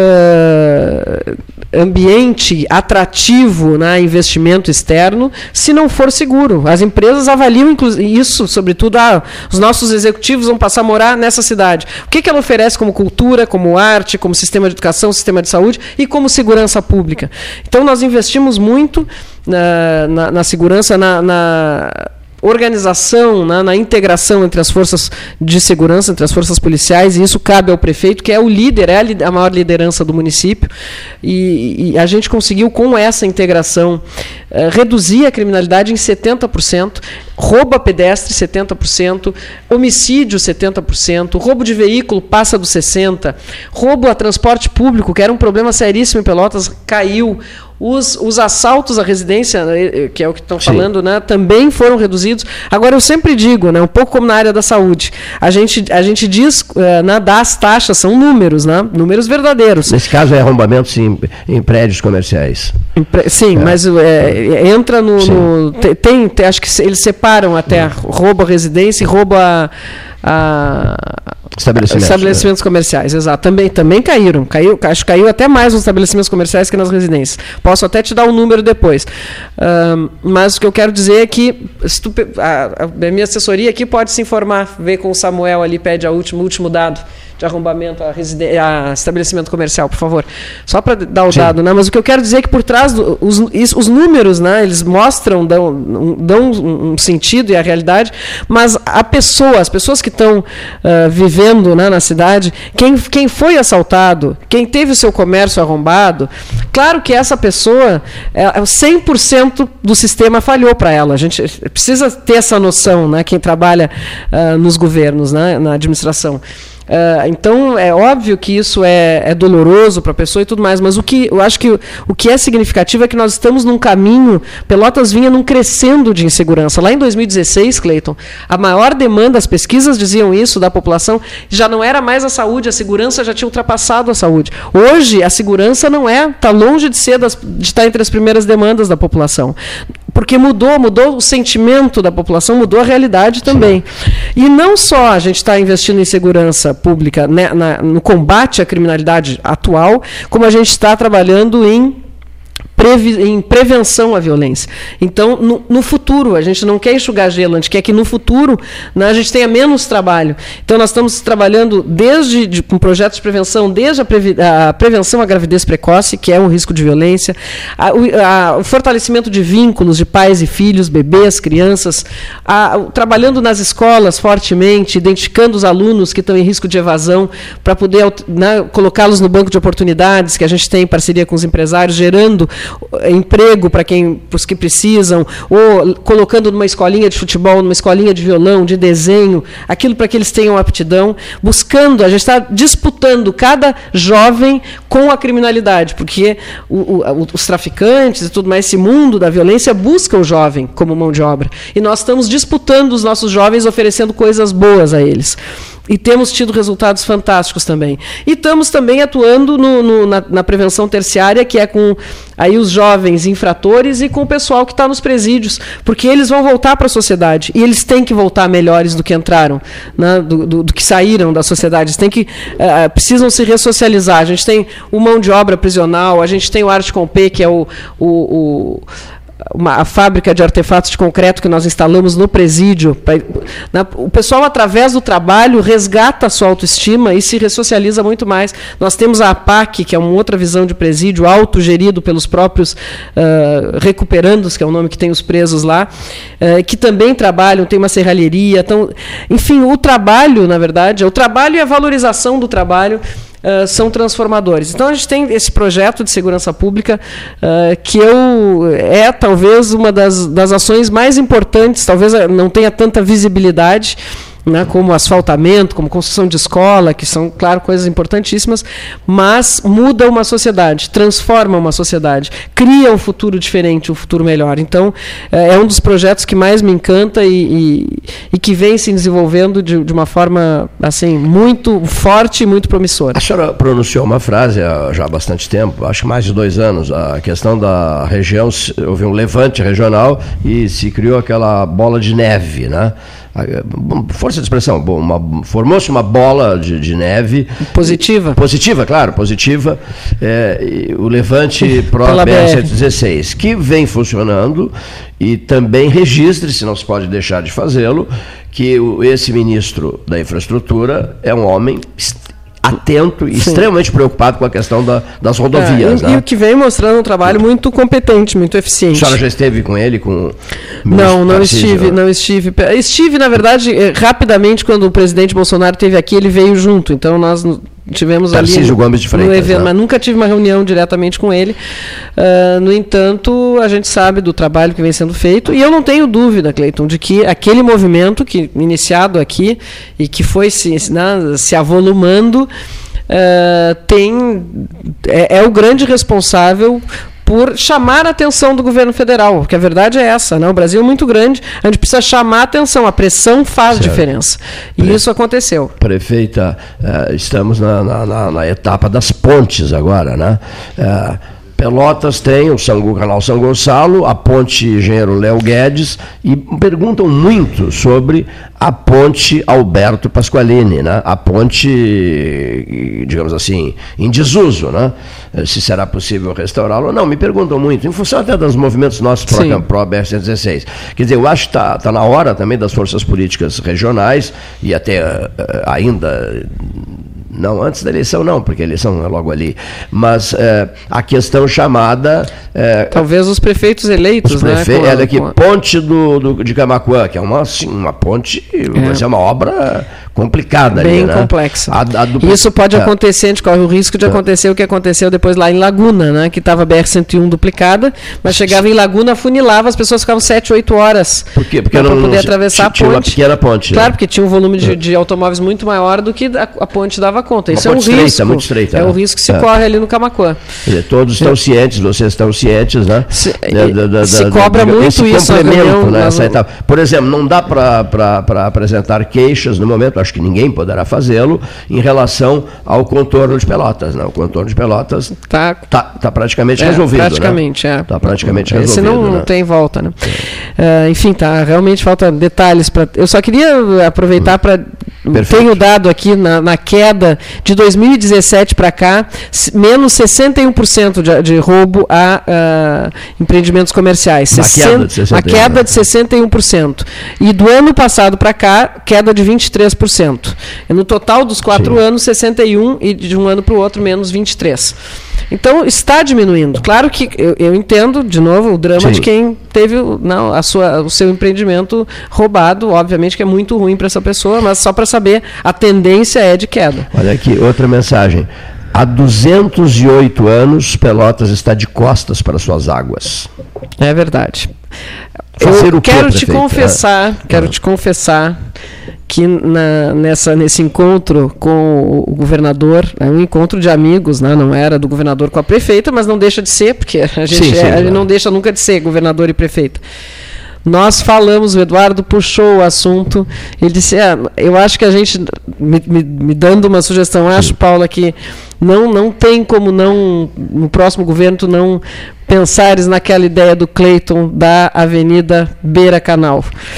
uh, ambiente atrativo na investimento externo se não for seguro. As empresas avaliam isso, sobretudo, ah, os nossos executivos vão passar a morar nessa cidade. O que, que ela oferece como cultura, como arte, como sistema de educação, sistema de saúde e como segurança pública. Então, nós investimos muito na, na, na segurança, na, na organização, na, na integração entre as forças de segurança, entre as forças policiais, e isso cabe ao prefeito, que é o líder, é a, a maior liderança do município, e, e a gente conseguiu, com essa integração, uh, reduzir a criminalidade em setenta por cento, roubo a pedestre setenta por cento, homicídio setenta por cento, roubo de veículo passa dos sessenta por cento, roubo a transporte público, que era um problema seríssimo em Pelotas, caiu. Os, os assaltos à residência, que é o que estão falando, né, também foram reduzidos. Agora, eu sempre digo, né, um pouco como na área da saúde, a gente, a gente diz, uh, né, das taxas, são números, né, números verdadeiros. Nesse caso é arrombamentos em, em prédios comerciais. Em pré, sim, é. mas é, entra no... no tem, tem, acho que eles separam até hum. roubo à residência e roubo a... a Estabelecimentos, estabelecimentos né? comerciais, exato. Também, também caíram. Caiu, acho que caiu até mais nos estabelecimentos comerciais que nas residências. Posso até te dar o um número depois. Uh, mas o que eu quero dizer é que se tu, a, a minha assessoria aqui pode se informar, ver com o Samuel ali, pede o último, último dado de arrombamento a, a estabelecimento comercial, por favor. Só para dar o Sim. dado, né? Mas o que eu quero dizer é que por trás do, os, os números, né, eles mostram, dão, dão um sentido e a realidade, mas a pessoa, as pessoas que estão uh, vivendo, né, na cidade, quem, quem foi assaltado, quem teve o seu comércio arrombado, claro que essa pessoa, é, cem por cento do sistema falhou para ela. A gente precisa ter essa noção, né, quem trabalha uh, nos governos, né, na administração. Uh, então, é óbvio que isso é, é doloroso para a pessoa e tudo mais, mas o que eu acho que o, o que é significativo é que nós estamos num caminho, Pelotas vinha num crescendo de insegurança. Lá em dois mil e dezesseis, Cleiton, a maior demanda, as pesquisas diziam isso, da população, já não era mais a saúde, a segurança já tinha ultrapassado a saúde. Hoje, a segurança não é, está longe de ser, das, de estar entre as primeiras demandas da população. porque mudou, mudou o sentimento da população, mudou a realidade também. Sim. E não só a gente está investindo em segurança pública, né, na, no combate à criminalidade atual, como a gente está trabalhando em em prevenção à violência. Então, no, no futuro, a gente não quer enxugar gelo, a gente quer que no futuro, né, a gente tenha menos trabalho. Então, nós estamos trabalhando desde de, com projetos de prevenção, desde a, previ, a prevenção à gravidez precoce, que é um risco de violência, a, o, a, o fortalecimento de vínculos de pais e filhos, bebês, crianças, a, a, trabalhando nas escolas fortemente, identificando os alunos que estão em risco de evasão, para poder, né, colocá-los no banco de oportunidades, que a gente tem em parceria com os empresários, gerando emprego para quem, para os que precisam, ou colocando numa escolinha de futebol, numa escolinha de violão, de desenho, aquilo para que eles tenham aptidão, buscando, a gente está disputando cada jovem com a criminalidade, porque o, o, os traficantes e tudo mais, esse mundo da violência busca o jovem como mão de obra. E nós estamos disputando os nossos jovens, oferecendo coisas boas a eles. E temos tido resultados fantásticos também. E estamos também atuando no, no, na, na prevenção terciária, que é com aí os jovens infratores e com o pessoal que está nos presídios, porque eles vão voltar para a sociedade, e eles têm que voltar melhores do que entraram, né, do, do, do que saíram da sociedade. Eles têm que, uh, precisam se ressocializar. A gente tem o mão de obra prisional, a gente tem o Arte Com P, que é o... o, o Uma, a fábrica de artefatos de concreto que nós instalamos no presídio. Pra, na, o pessoal, através do trabalho, resgata a sua autoestima e se ressocializa muito mais. Nós temos a APAC, que é uma outra visão de presídio, autogerido pelos próprios uh, recuperandos, que é o nome que tem os presos lá, uh, que também trabalham, tem uma serralheria. Então, enfim, o trabalho, na verdade, o trabalho e a valorização do trabalho Uh, são transformadores. Então, a gente tem esse projeto de segurança pública uh, que eu, é talvez uma das, das ações mais importantes, talvez não tenha tanta visibilidade, né, como asfaltamento, como construção de escola, que são, claro, coisas importantíssimas, mas muda uma sociedade, transforma uma sociedade, cria um futuro diferente, um futuro melhor. Então, é um dos projetos que mais me encanta e, e, e que vem se desenvolvendo de, de uma forma assim, muito forte e muito promissora. A senhora pronunciou uma frase há já há bastante tempo, acho que mais de dois anos, a questão da região, houve um levante regional e se criou aquela bola de neve, né? Força de expressão, formou-se uma bola de, de neve. Positiva? Positiva, claro, positiva. É, o levante pró-B R cento e dezesseis, que vem funcionando e também registre-se, não se pode deixar de fazê-lo, que o, esse ministro da infraestrutura é um homem atento e Sim. extremamente preocupado com a questão da, das rodovias. É, e, né? e o que vem mostrando um trabalho muito competente, muito eficiente. A senhora já esteve com ele? Com não, não estive, não estive. Estive, na verdade, rapidamente, quando o presidente Bolsonaro esteve aqui, ele veio junto. Então, nós tivemos Tarcísio ali Gomes de Freitas, no evento, né? Mas nunca tive uma reunião diretamente com ele. Uh, no entanto, a gente sabe do trabalho que vem sendo feito, e eu não tenho dúvida, Cleiton, de que aquele movimento que iniciado aqui e que foi se, né, se avolumando, uh, tem, é, é o grande responsável por chamar a atenção do governo federal, porque a verdade é essa, né? O Brasil é muito grande, a gente precisa chamar a atenção, a pressão faz certo. diferença. E Pre... isso aconteceu. Prefeita, uh, estamos na, na, na, na etapa das pontes agora, né? Uh, Pelotas tem o São, canal São Gonçalo, a ponte Engenheiro Léo Guedes, e perguntam muito sobre a ponte Alberto Pasqualini, né? A ponte, digamos assim, em desuso, né? Se será possível restaurá-la ou não, me perguntam muito, em função até dos movimentos nossos pró-B R cento e dezesseis. Quer dizer, eu acho que está tá na hora também das forças políticas regionais, e até uh, ainda... Não, antes da eleição não, porque a eleição é logo ali. Mas é, a questão chamada... É, talvez os prefeitos eleitos, os prefe... né? É daqui, a... Ponte do, do, de Camaquã, que é uma, assim, uma ponte, é. vai ser uma obra complicada. Bem ali, né? complexa. A, a do... Isso pode é. acontecer, a gente corre o risco de é. acontecer o que aconteceu depois lá em Laguna, né? Que estava a B R cento e um duplicada, mas chegava em Laguna, funilava, as pessoas ficavam sete, oito horas. Por quê? Porque para poder não, atravessar tinha a ponte. Uma pequena ponte. Claro, né? porque tinha um volume de, de automóveis muito maior do que a, a ponte dava conta. Isso uma é um estreita, risco. Muito estreita, é né? o risco que se é. corre ali no Camaquã. Todos estão é. cientes, vocês estão cientes, né? Se, da, da, da, se da, cobra da, muito esse isso. Complemento, né, mas... essa etapa. Por exemplo, não dá para apresentar queixas no momento, acho que ninguém poderá fazê-lo, em relação ao contorno de Pelotas. Né? O contorno de Pelotas está tá, tá praticamente é, resolvido. Praticamente, né? é. Está praticamente Esse resolvido. não, né? não tem volta. Né? É. Uh, enfim, tá, realmente falta detalhes. Pra... Eu só queria aproveitar para... Tenho dado aqui na, na queda de dois mil e dezessete para cá, menos sessenta e um por cento de, de roubo a uh, empreendimentos comerciais. Uma queda de sessenta e um por cento. A queda de sessenta e um por cento. E do ano passado para cá, queda de vinte e três por cento. E no total dos quatro Sim. anos, sessenta e um por cento, e de um ano para o outro, menos vinte e três por cento. Então, está diminuindo. Claro que eu, eu entendo, de novo, o drama Sim. de quem teve não, a sua, o seu empreendimento roubado. Obviamente que é muito ruim para essa pessoa, mas só para saber, a tendência é de queda. Olha aqui, outra mensagem. Há duzentos e oito anos, Pelotas está de costas para suas águas. É verdade. Fazer eu o quê, quero prefeito? te confessar, ah. quero ah. te confessar que na, nessa, nesse encontro com o governador, é um encontro de amigos, né? Não era do governador com a prefeita, mas não deixa de ser, porque a gente, sim, sim, é, não deixa nunca de ser governador e prefeita. Nós falamos, o Eduardo puxou o assunto, ele disse, ah, eu acho que a gente, me, me, me dando uma sugestão, acho, Sim. Paula, que não, não tem como não, no próximo governo, tu não pensares naquela ideia do Cleiton da Avenida Beira Canal.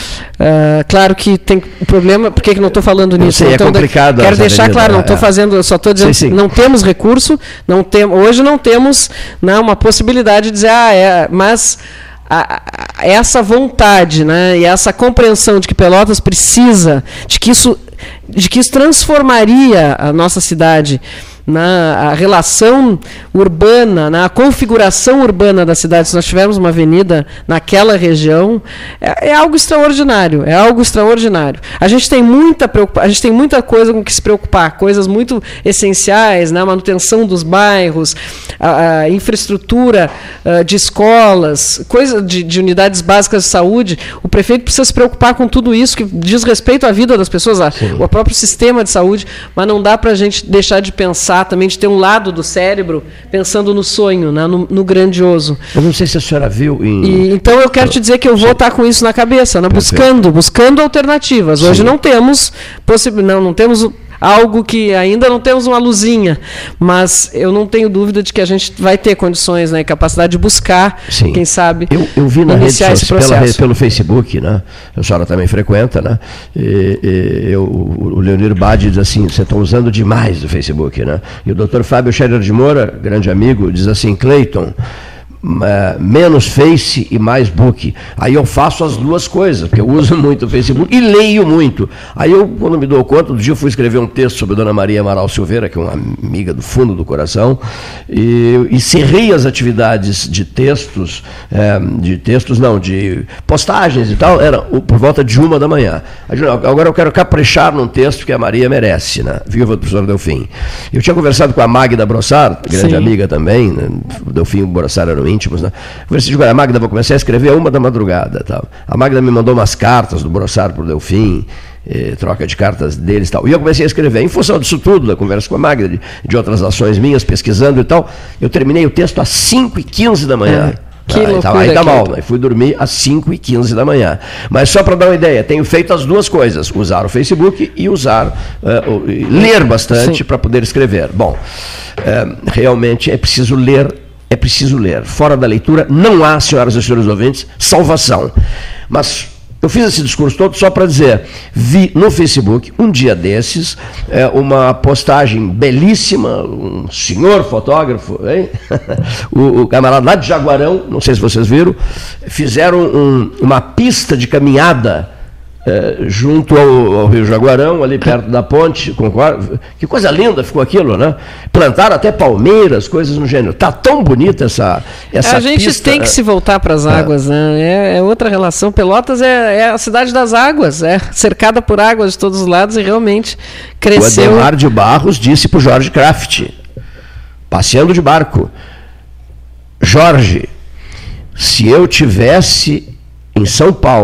Uh, claro que tem um problema, por que não estou falando nisso? Sei, então, é complicado. Quero deixar avenida, claro, não estou é. fazendo, eu só estou dizendo, sim, sim. não temos recurso, não tem, hoje não temos não, uma possibilidade de dizer, ah, é, mas... A, a, essa vontade, né, e essa compreensão de que Pelotas precisa, de que isso, de que isso transformaria a nossa cidade, na a relação urbana, na configuração urbana da cidade, se nós tivermos uma avenida naquela região, é, é algo extraordinário, é algo extraordinário. A gente tem muita preocupa, a gente tem muita coisa com que se preocupar, coisas muito essenciais, né, a manutenção dos bairros, a, a infraestrutura a, de escolas, coisa de, de unidades básicas de saúde. O prefeito precisa se preocupar com tudo isso que diz respeito à vida das pessoas, a, o próprio sistema de saúde, mas não dá para a gente deixar de pensar também, de ter um lado do cérebro pensando no sonho, né, no, no grandioso. Eu não sei se a senhora viu em... E, então eu quero te dizer que eu vou estar com isso na cabeça, né, buscando, buscando alternativas. Hoje Sim. não temos possib... não, não temos algo que ainda não temos uma luzinha, mas eu não tenho dúvida de que a gente vai ter condições, né, e capacidade de buscar, Sim. quem sabe, eu, eu vi na iniciar rede esse processo. Pela, pelo Facebook, né, a senhora também frequenta, né, e, e, eu, o Leonir Badi diz assim, vocês estão usando demais o Facebook, né, e o doutor Fábio Scherer de Moura, grande amigo, diz assim, Cleiton, Uh, menos Face e mais Book. Aí eu faço as duas coisas, porque eu uso muito o Facebook e leio muito. Aí eu, quando me dou conta, do dia eu fui escrever um texto sobre a Dona Maria Amaral Silveira, que é uma amiga do fundo do coração, e encerrei as atividades de textos, é, de textos não, de postagens e tal, era por volta de uma da manhã. Agora eu quero caprichar num texto que a Maria merece, né? Viúva do professor Delfim. Eu tinha conversado com a Magda Brossard, grande Sim. amiga também, né? O Delfim e o Brossard eram íntimos, né? Conversei com a Magda, vou começar a escrever a uma da madrugada. Tal. A Magda me mandou umas cartas do Brossard para o Delfim, eh, troca de cartas deles e tal. E eu comecei a escrever. Em função disso tudo, da conversa com a Magda, de, de outras ações minhas, pesquisando e tal, eu terminei o texto às cinco e quinze da manhã. É. Que ah, loucura, aí tá mal, né? Fui dormir às cinco e quinze da manhã. Mas só para dar uma ideia, tenho feito as duas coisas, usar o Facebook e usar, uh, ler bastante para poder escrever. Bom, uh, realmente é preciso ler. É preciso ler. Fora da leitura, não há, senhoras e senhores ouvintes, salvação. Mas eu fiz esse discurso todo só para dizer, vi no Facebook, um dia desses, é, uma postagem belíssima, um senhor fotógrafo, hein? o, o camarada lá de Jaguarão, não sei se vocês viram, fizeram um, uma pista de caminhada É, junto ao, ao Rio Jaguarão, ali perto da ponte, concordo. Que coisa linda ficou aquilo, né? Plantaram até palmeiras, coisas no gênero. Está tão bonita essa, essa A gente pista, tem que se voltar para as águas, é. né? É, é outra relação. Pelotas é, é a cidade das águas, é cercada por águas de todos os lados e realmente cresceu. O Ademar de Barros disse para o Jorge Kraft, passeando de barco, Jorge, se eu tivesse em São Paulo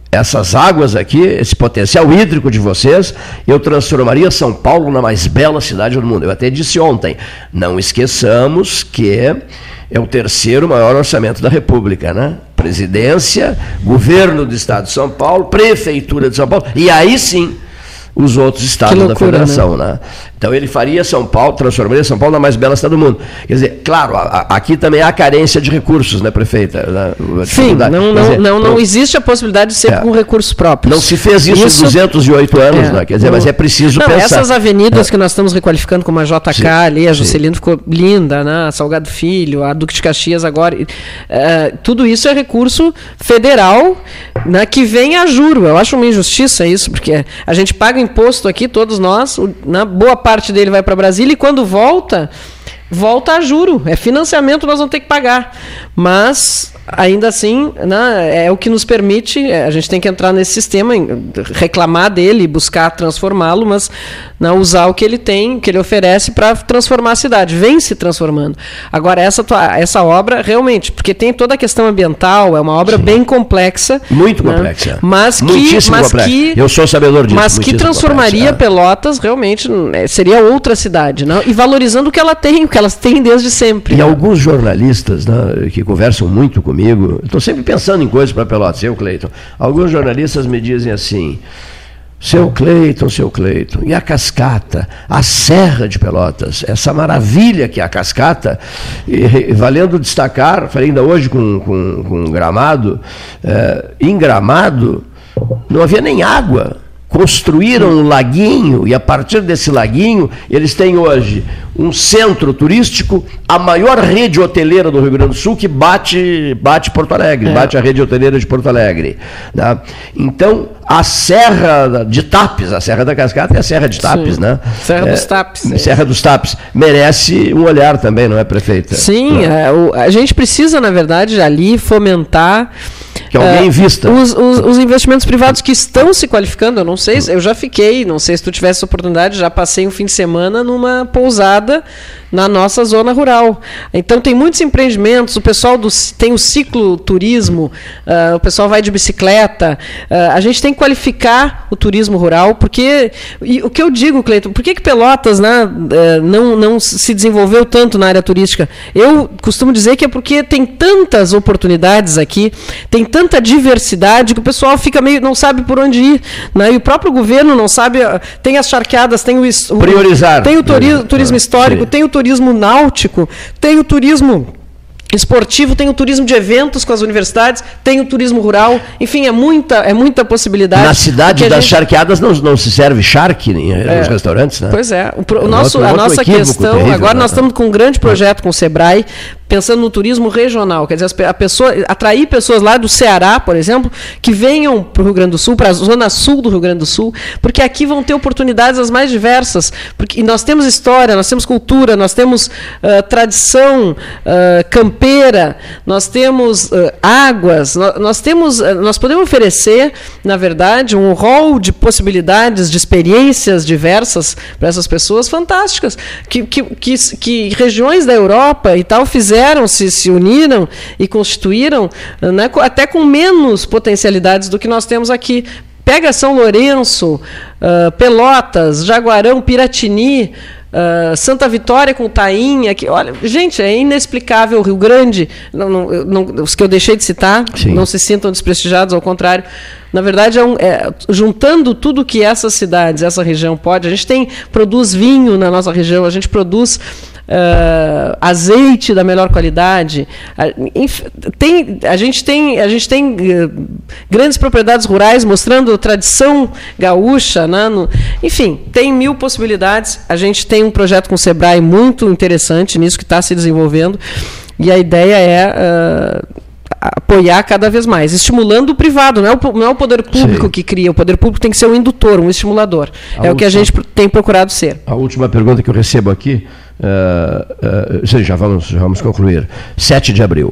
essas águas aqui, esse potencial hídrico de vocês, eu transformaria São Paulo na mais bela cidade do mundo. Eu até disse ontem, não esqueçamos que é o terceiro maior orçamento da República, né? Presidência, governo do Estado de São Paulo, Prefeitura de São Paulo, e aí sim os outros estados loucura, da federação, né? né? Então ele faria São Paulo, transformaria São Paulo na mais bela cidade do mundo. Quer dizer, claro, a, a, aqui também há carência de recursos, né, prefeita? Né? Sim, não, não, dizer, não, não existe a possibilidade de ser é, com recursos próprios. Não se fez isso, isso em duzentos e oito anos, é, né? Quer dizer, não, mas é preciso não, pensar. Essas avenidas é. que nós estamos requalificando, como a J K sim, ali, a Juscelino sim. ficou linda, né? A Salgado Filho, a Duque de Caxias agora. É, tudo isso é recurso federal, né, que vem a juro. Eu acho uma injustiça isso, porque a gente paga imposto aqui, todos nós, né, boa parte dele vai para Brasília e quando volta, volta a juro. É financiamento, nós vamos ter que pagar. Mas, ainda assim, né, é o que nos permite, a gente tem que entrar nesse sistema, reclamar dele, buscar transformá-lo, mas né, usar o que ele tem, o que ele oferece para transformar a cidade. Vem se transformando. Agora, essa, essa obra, realmente, porque tem toda a questão ambiental, é uma obra Sim. bem complexa. Muito né, complexa. Mas que, mas que, Eu sou sabedor disso. Mas que transformaria complexa. Pelotas, realmente, seria outra cidade. Né, e valorizando o que ela tem, o que elas têm desde sempre. E né. alguns jornalistas, né, que conversam muito comigo, estou sempre pensando em coisas para Pelotas, eu, Cleiton. Alguns jornalistas me dizem assim, seu Cleiton, seu Cleiton, e a cascata, a Serra de Pelotas, essa maravilha que é a cascata, e, valendo destacar, falei ainda hoje com, com, com Gramado, é, em Gramado não havia nem água. Construíram um laguinho e a partir desse laguinho eles têm hoje um centro turístico, a maior rede hoteleira do Rio Grande do Sul que bate, bate Porto Alegre, é. bate a rede hoteleira de Porto Alegre. Né? Então, a Serra de Tapes, a Serra da Cascata é a Serra de Tapes, Sim. né? Serra é, dos Tapes. É. Serra dos Tapes. Merece um olhar também, não é, prefeita? Sim, é, o, a gente precisa, na verdade, ali fomentar que alguém uh, invista. Os, os, os investimentos privados que estão se qualificando, eu não sei, eu já fiquei, não sei se tu tivesse oportunidade, já passei um fim de semana numa pousada na nossa zona rural. Então tem muitos empreendimentos, o pessoal do, tem o cicloturismo, uh, o pessoal vai de bicicleta, uh, a gente tem que qualificar o turismo rural, porque, e o que eu digo, Cleiton, por que que Pelotas né, uh, não, não se desenvolveu tanto na área turística? Eu costumo dizer que é porque tem tantas oportunidades aqui, tem tanta diversidade que o pessoal fica meio, não sabe por onde ir, né? E o próprio governo não sabe, tem as charqueadas, tem o, o priorizar, tem o turismo, turismo histórico, Sim. tem o turismo náutico, tem o turismo esportivo, tem o turismo de eventos com as universidades, tem o turismo rural, enfim, é muita, é muita possibilidade. Na cidade das gente... charqueadas não, não se serve charque em, é, nos restaurantes, né? Pois é, o, o nosso, outro, a nossa questão, terrível, agora né? nós estamos com um grande projeto com o Sebrae, pensando no turismo regional, quer dizer, a pessoa, atrair pessoas lá do Ceará, por exemplo, que venham para o Rio Grande do Sul, para a zona sul do Rio Grande do Sul, porque aqui vão ter oportunidades as mais diversas, porque nós temos história, nós temos cultura, nós temos uh, tradição, uh, campeira, nós temos uh, águas, nós, nós temos, uh, nós podemos oferecer, na verdade, um rol de possibilidades, de experiências diversas para essas pessoas fantásticas, que, que, que, que regiões da Europa e tal fizeram Se, se uniram e constituíram, né, até com menos potencialidades do que nós temos aqui. Pega São Lourenço, uh, Pelotas, Jaguarão, Piratini, uh, Santa Vitória com Tainha. Que, olha, gente, é inexplicável. O Rio Grande, não, não, não, os que eu deixei de citar, Sim. não se sintam desprestigiados, ao contrário. Na verdade, é um, é, juntando tudo que essas cidades, essa região pode, a gente tem, produz vinho na nossa região, a gente produz Uh, azeite da melhor qualidade, a, inf, tem, a gente tem, a gente tem uh, grandes propriedades rurais mostrando tradição gaúcha, né, no, enfim, tem mil possibilidades. A gente tem um projeto com o Sebrae muito interessante nisso que está se desenvolvendo e a ideia é uh, apoiar cada vez mais, estimulando o privado, não é o, não é o poder público Sim. que cria, o poder público tem que ser um indutor, um estimulador. A é última, o que a gente tem procurado ser. A última pergunta que eu recebo aqui, uh, uh, já, vamos, já vamos concluir. sete de abril.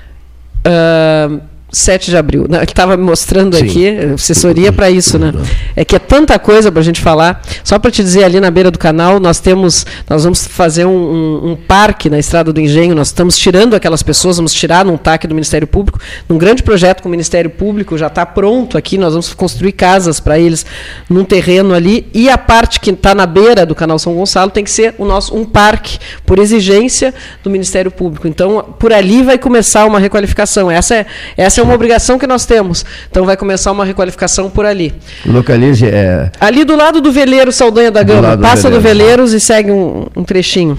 Uh, sete de abril. Ele estava me mostrando Sim. aqui, assessoria para isso, né? é que é tanta coisa para a gente falar. Só para te dizer, ali na beira do canal, nós temos, nós vamos fazer um, um, um parque na Estrada do Engenho, nós estamos tirando aquelas pessoas, vamos tirar num T A C do Ministério Público, num grande projeto com o Ministério Público, já está pronto aqui, nós vamos construir casas para eles num terreno ali, e a parte que está na beira do canal São Gonçalo tem que ser o nosso, um parque, por exigência do Ministério Público. Então, por ali vai começar uma requalificação. Essa é, essa é uma obrigação que nós temos. Então, vai começar uma requalificação por ali. Localize... É... Ali do lado do Veleiro Saldanha da Gama. Passa do, do Veleiros e segue um, um trechinho.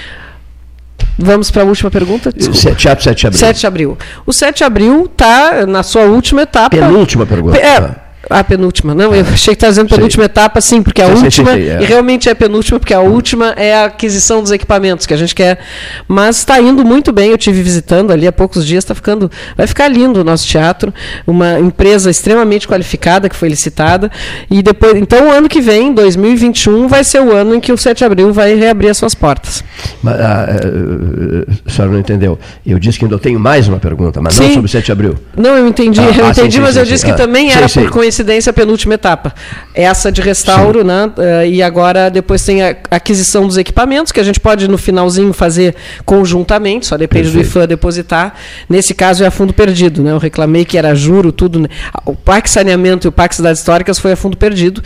Vamos para a última pergunta? Teatro sete de abril. sete de abril. O sete de abril está na sua última etapa. Penúltima pergunta. É, a penúltima, não, eu achei que estava dizendo penúltima sei. etapa, sim, porque a sei, última, sei, sei, é. e realmente é a penúltima, porque a última é a aquisição dos equipamentos que a gente quer, mas está indo muito bem, eu estive visitando ali há poucos dias, tá ficando, vai ficar lindo o nosso teatro, uma empresa extremamente qualificada que foi licitada, e depois, então o ano que vem, dois mil e vinte e um, vai ser o ano em que o sete de abril vai reabrir as suas portas. Mas, a, a, a senhora não entendeu, eu disse que ainda tenho mais uma pergunta, mas sim. não sobre o sete de abril. Não, eu entendi, ah, eu ah, entendi, sim, mas sim, eu sim, disse sim. que ah, também era sim, por coincidência a penúltima etapa. Essa de restauro, sim. né? Uh, e agora depois tem a aquisição dos equipamentos, que a gente pode no finalzinho fazer conjuntamente, só depende Perfeito. do I F A depositar. Nesse caso é a fundo perdido, né? Eu reclamei que era juro, tudo. Né? O P A C Saneamento e o P A C Cidades Históricas foi a fundo perdido.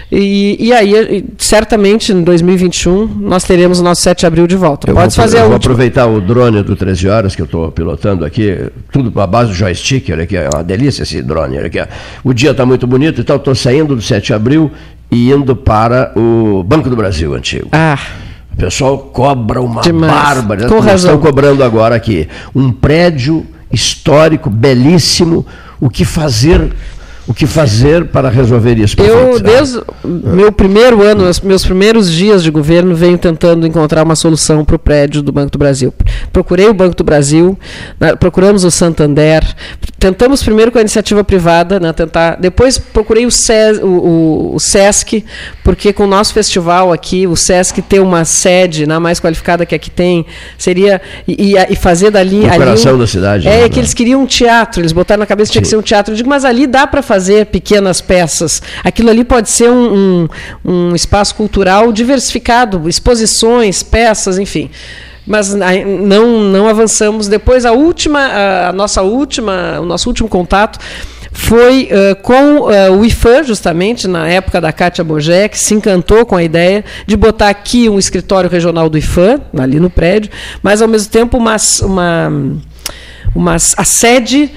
E, e aí, certamente, em dois mil e vinte e um, nós teremos o nosso sete de abril de volta. Eu pode vou, fazer eu a vou última. aproveitar o drone do treze horas que eu estou pilotando aqui, tudo à base do joystick, olha aqui, é uma delícia esse drone, olha aqui. O dia está muito bonito, então estou saindo do sete de abril e indo para o Banco do Brasil antigo. Ah. O pessoal cobra uma Demais. bárbara. Com razão. Estão cobrando agora aqui um prédio histórico, belíssimo. O que fazer... O que fazer para resolver isso? Eu, desde o meu primeiro ano, os meus primeiros dias de governo, venho tentando encontrar uma solução para o prédio do Banco do Brasil. Procurei o Banco do Brasil, né, procuramos o Santander, tentamos primeiro com a iniciativa privada, né, tentar, depois procurei o, SES, o, o, o SESC, porque com o nosso festival aqui, o SESC ter uma sede, né, mais qualificada que aqui tem, seria, e, e fazer dali... No ali coração um, da cidade. É, né, que eles queriam um teatro, eles botaram na cabeça que tinha que ser um teatro. Eu digo, mas ali dá para fazer fazer pequenas peças. Aquilo ali pode ser um, um, um espaço cultural diversificado, exposições, peças, enfim. Mas não, não avançamos. Depois, a última, a nossa última, o nosso último contato foi uh, com uh, o I F A, justamente, na época da Kátia Bogé, que se encantou com a ideia de botar aqui um escritório regional do I F A, ali no prédio, mas, ao mesmo tempo, uma... uma Uma, a sede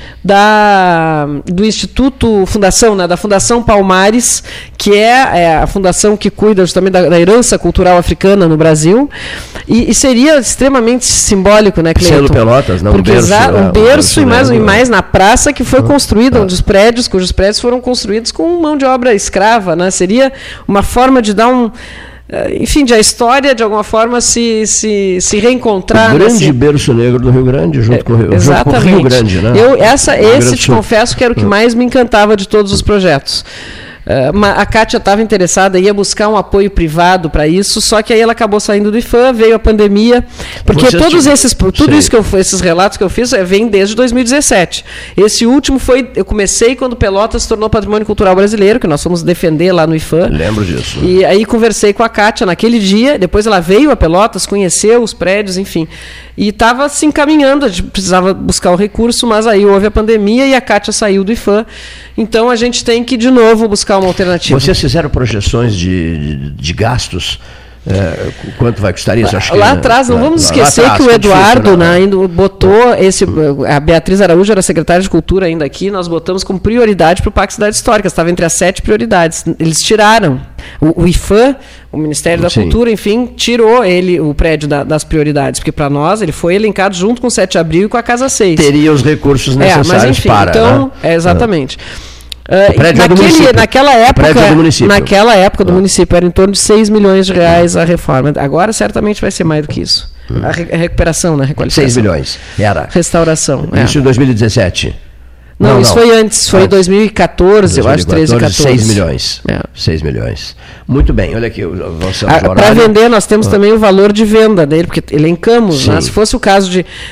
da, do Instituto Fundação, né, da Fundação Palmares, que é, é a fundação que cuida justamente da, da herança cultural africana no Brasil, e, e seria extremamente simbólico, né, Cleiton? Sendo Pelotas, não, porque um berço, um né, berço um e, mais, né, e mais na praça que foi ah, construída, ah. um dos prédios, cujos prédios foram construídos com mão de obra escrava, né? Seria uma forma de dar um... Enfim, de a história, de alguma forma, se, se, se reencontrar. O grande nesse... berço negro do Rio Grande, junto, é, com, o Rio, junto com o Rio Grande. Né? Eu, essa, esse, te confesso, que era o que mais me encantava de todos os projetos. Uh, a Kátia estava interessada, ia buscar um apoio privado para isso, só que aí ela acabou saindo do I F A, veio a pandemia, porque Vocês todos tinham... esses, tudo Sim. isso que eu, esses relatos que eu fiz vem desde dois mil e dezessete. Esse último foi, eu comecei quando Pelotas se tornou Patrimônio Cultural Brasileiro, que nós fomos defender lá no I F A. Lembro disso. E aí conversei com a Kátia naquele dia, depois ela veio a Pelotas, conheceu os prédios, enfim, e estava se encaminhando, a gente precisava buscar o recurso, mas aí houve a pandemia e a Kátia saiu do I F A. Então a gente tem que, de novo, buscar uma alternativa. Vocês fizeram projeções de, de, de gastos? É, quanto vai custar isso? Acho lá que, atrás, não lá, vamos lá, esquecer lá atrás, que o Eduardo, difícil, né, ainda botou esse. A Beatriz Araújo era secretária de Cultura ainda aqui, nós botamos como prioridade para o P A C Cidades Históricas, estava entre as sete prioridades. Eles tiraram. O, o I F A, o Ministério da Sim. Cultura, enfim, tirou ele, o prédio da, das prioridades, porque para nós ele foi elencado junto com o sete de abril e com a Casa seis. Teria os recursos necessários é, mas, enfim, para. Então, né? é, exatamente. O prédio naquele, é do município. Naquela época, o prédio é do município. naquela época do ah. município era em torno de seis milhões de reais a reforma. Agora certamente vai ser mais do que isso. Hum. A, re, a recuperação, né? Requalificação. seis milhões. Era. Restauração. Isso é. Em dois mil e dezessete. Não, não isso não. foi antes, foi em dois mil e quatorze, eu acho, treze, quatorze. seis milhões. É. seis milhões. Muito bem, olha aqui. Para vender, nós temos ah. também o valor de venda dele, porque elencamos, né? Se fosse o caso de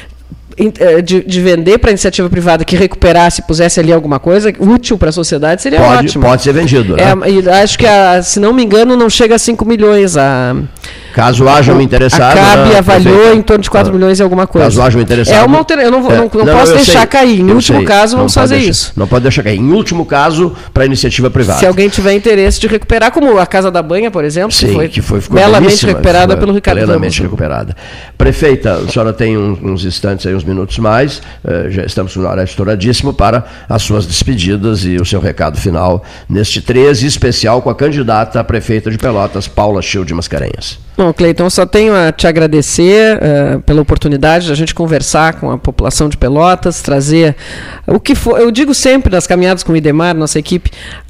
De, de vender para a iniciativa privada que recuperasse, pusesse ali alguma coisa útil para a sociedade, seria pode, ótimo. Pode ser vendido, né? É, e acho que, a, se não me engano, não chega a cinco milhões. A, Caso haja um interessado... A C A B né, avaliou perfeito. em torno de quatro milhões e alguma coisa. Caso haja um interessado... É uma alteração. Eu não, vou, é, não, não, não posso deixar sei, cair. Em último sei, caso, vamos fazer deixar, isso. Não pode deixar cair. Em último caso, para a iniciativa privada. Se alguém tiver interesse de recuperar, como a Casa da Banha, por exemplo, Sim, que foi, que foi belamente recuperada pelo Ricardo Ramos. Plenamente recuperada. Prefeita, a senhora tem uns, uns instantes aí, uns minutos mais, eh, já estamos com o horário estouradíssimo para as suas despedidas e o seu recado final neste treze especial com a candidata a prefeita de Pelotas, Paula Schilde Mascarenhas. Bom, Cleiton, só tenho a te agradecer uh, pela oportunidade de a gente conversar com a população de Pelotas, trazer o que for. Eu digo sempre nas caminhadas com o Idemar, nossa equipe,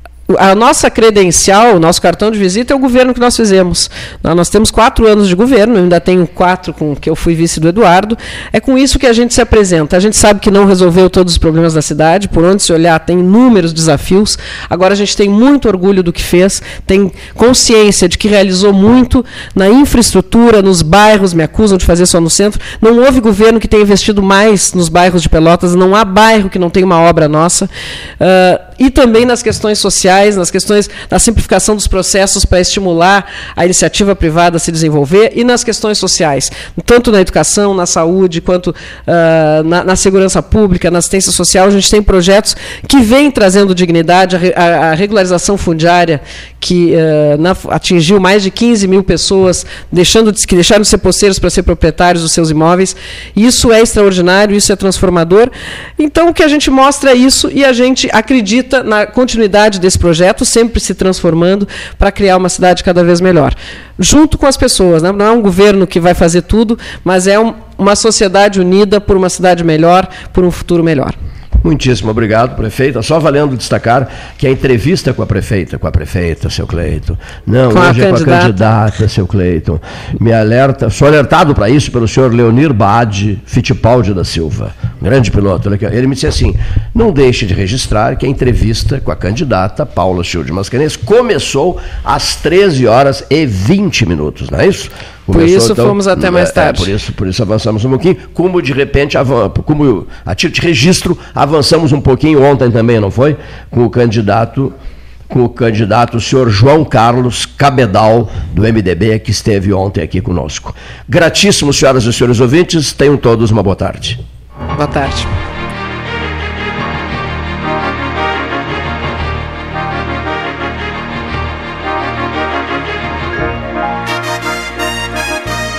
a nossa credencial, o nosso cartão de visita é o governo que nós fizemos. Nós temos quatro anos de governo, eu ainda tenho quatro com que eu fui vice do Eduardo. É com isso que a gente se apresenta. A gente sabe que não resolveu todos os problemas da cidade, por onde se olhar tem inúmeros desafios. Agora a gente tem muito orgulho do que fez, tem consciência de que realizou muito na infraestrutura, nos bairros, me acusam de fazer só no centro. Não houve governo que tenha investido mais nos bairros de Pelotas, não há bairro que não tenha uma obra nossa. Uh, e também nas questões sociais, nas questões da simplificação dos processos para estimular a iniciativa privada a se desenvolver e nas questões sociais, tanto na educação, na saúde, quanto uh, na, na segurança pública, na assistência social. A gente tem projetos que vêm trazendo dignidade, a, a, a regularização fundiária, que uh, na, atingiu mais de quinze mil pessoas, deixando de, que deixaram de ser poceiros para ser proprietários dos seus imóveis. Isso é extraordinário, isso é transformador. Então, o que a gente mostra é isso e a gente acredita na continuidade desse projeto, sempre se transformando para criar uma cidade cada vez melhor. Junto com as pessoas, né? Não é um governo que vai fazer tudo, mas é um, uma sociedade unida por uma cidade melhor, por um futuro melhor. Muitíssimo obrigado, prefeita. Só valendo destacar que a entrevista com a prefeita, com a prefeita, seu Cleiton, não, com hoje a é candidata. com a candidata, seu Cleiton, me alerta, sou alertado para isso pelo senhor Leonir Baade Fittipaldi da Silva, grande piloto. Ele me disse assim, não deixe de registrar que a entrevista com a candidata Paula Schilde Mascarenhas começou às treze horas e vinte minutos, não é isso? Começou, por isso então, fomos até mais tarde. É, por, isso, por isso avançamos um pouquinho. Como de repente, como a título de registro, avançamos um pouquinho ontem também, não foi? Com o candidato, com o candidato, o senhor João Carlos Cabedal, do M D B, que esteve ontem aqui conosco. Gratíssimo, senhoras e senhores ouvintes, tenham todos uma boa tarde. Boa tarde.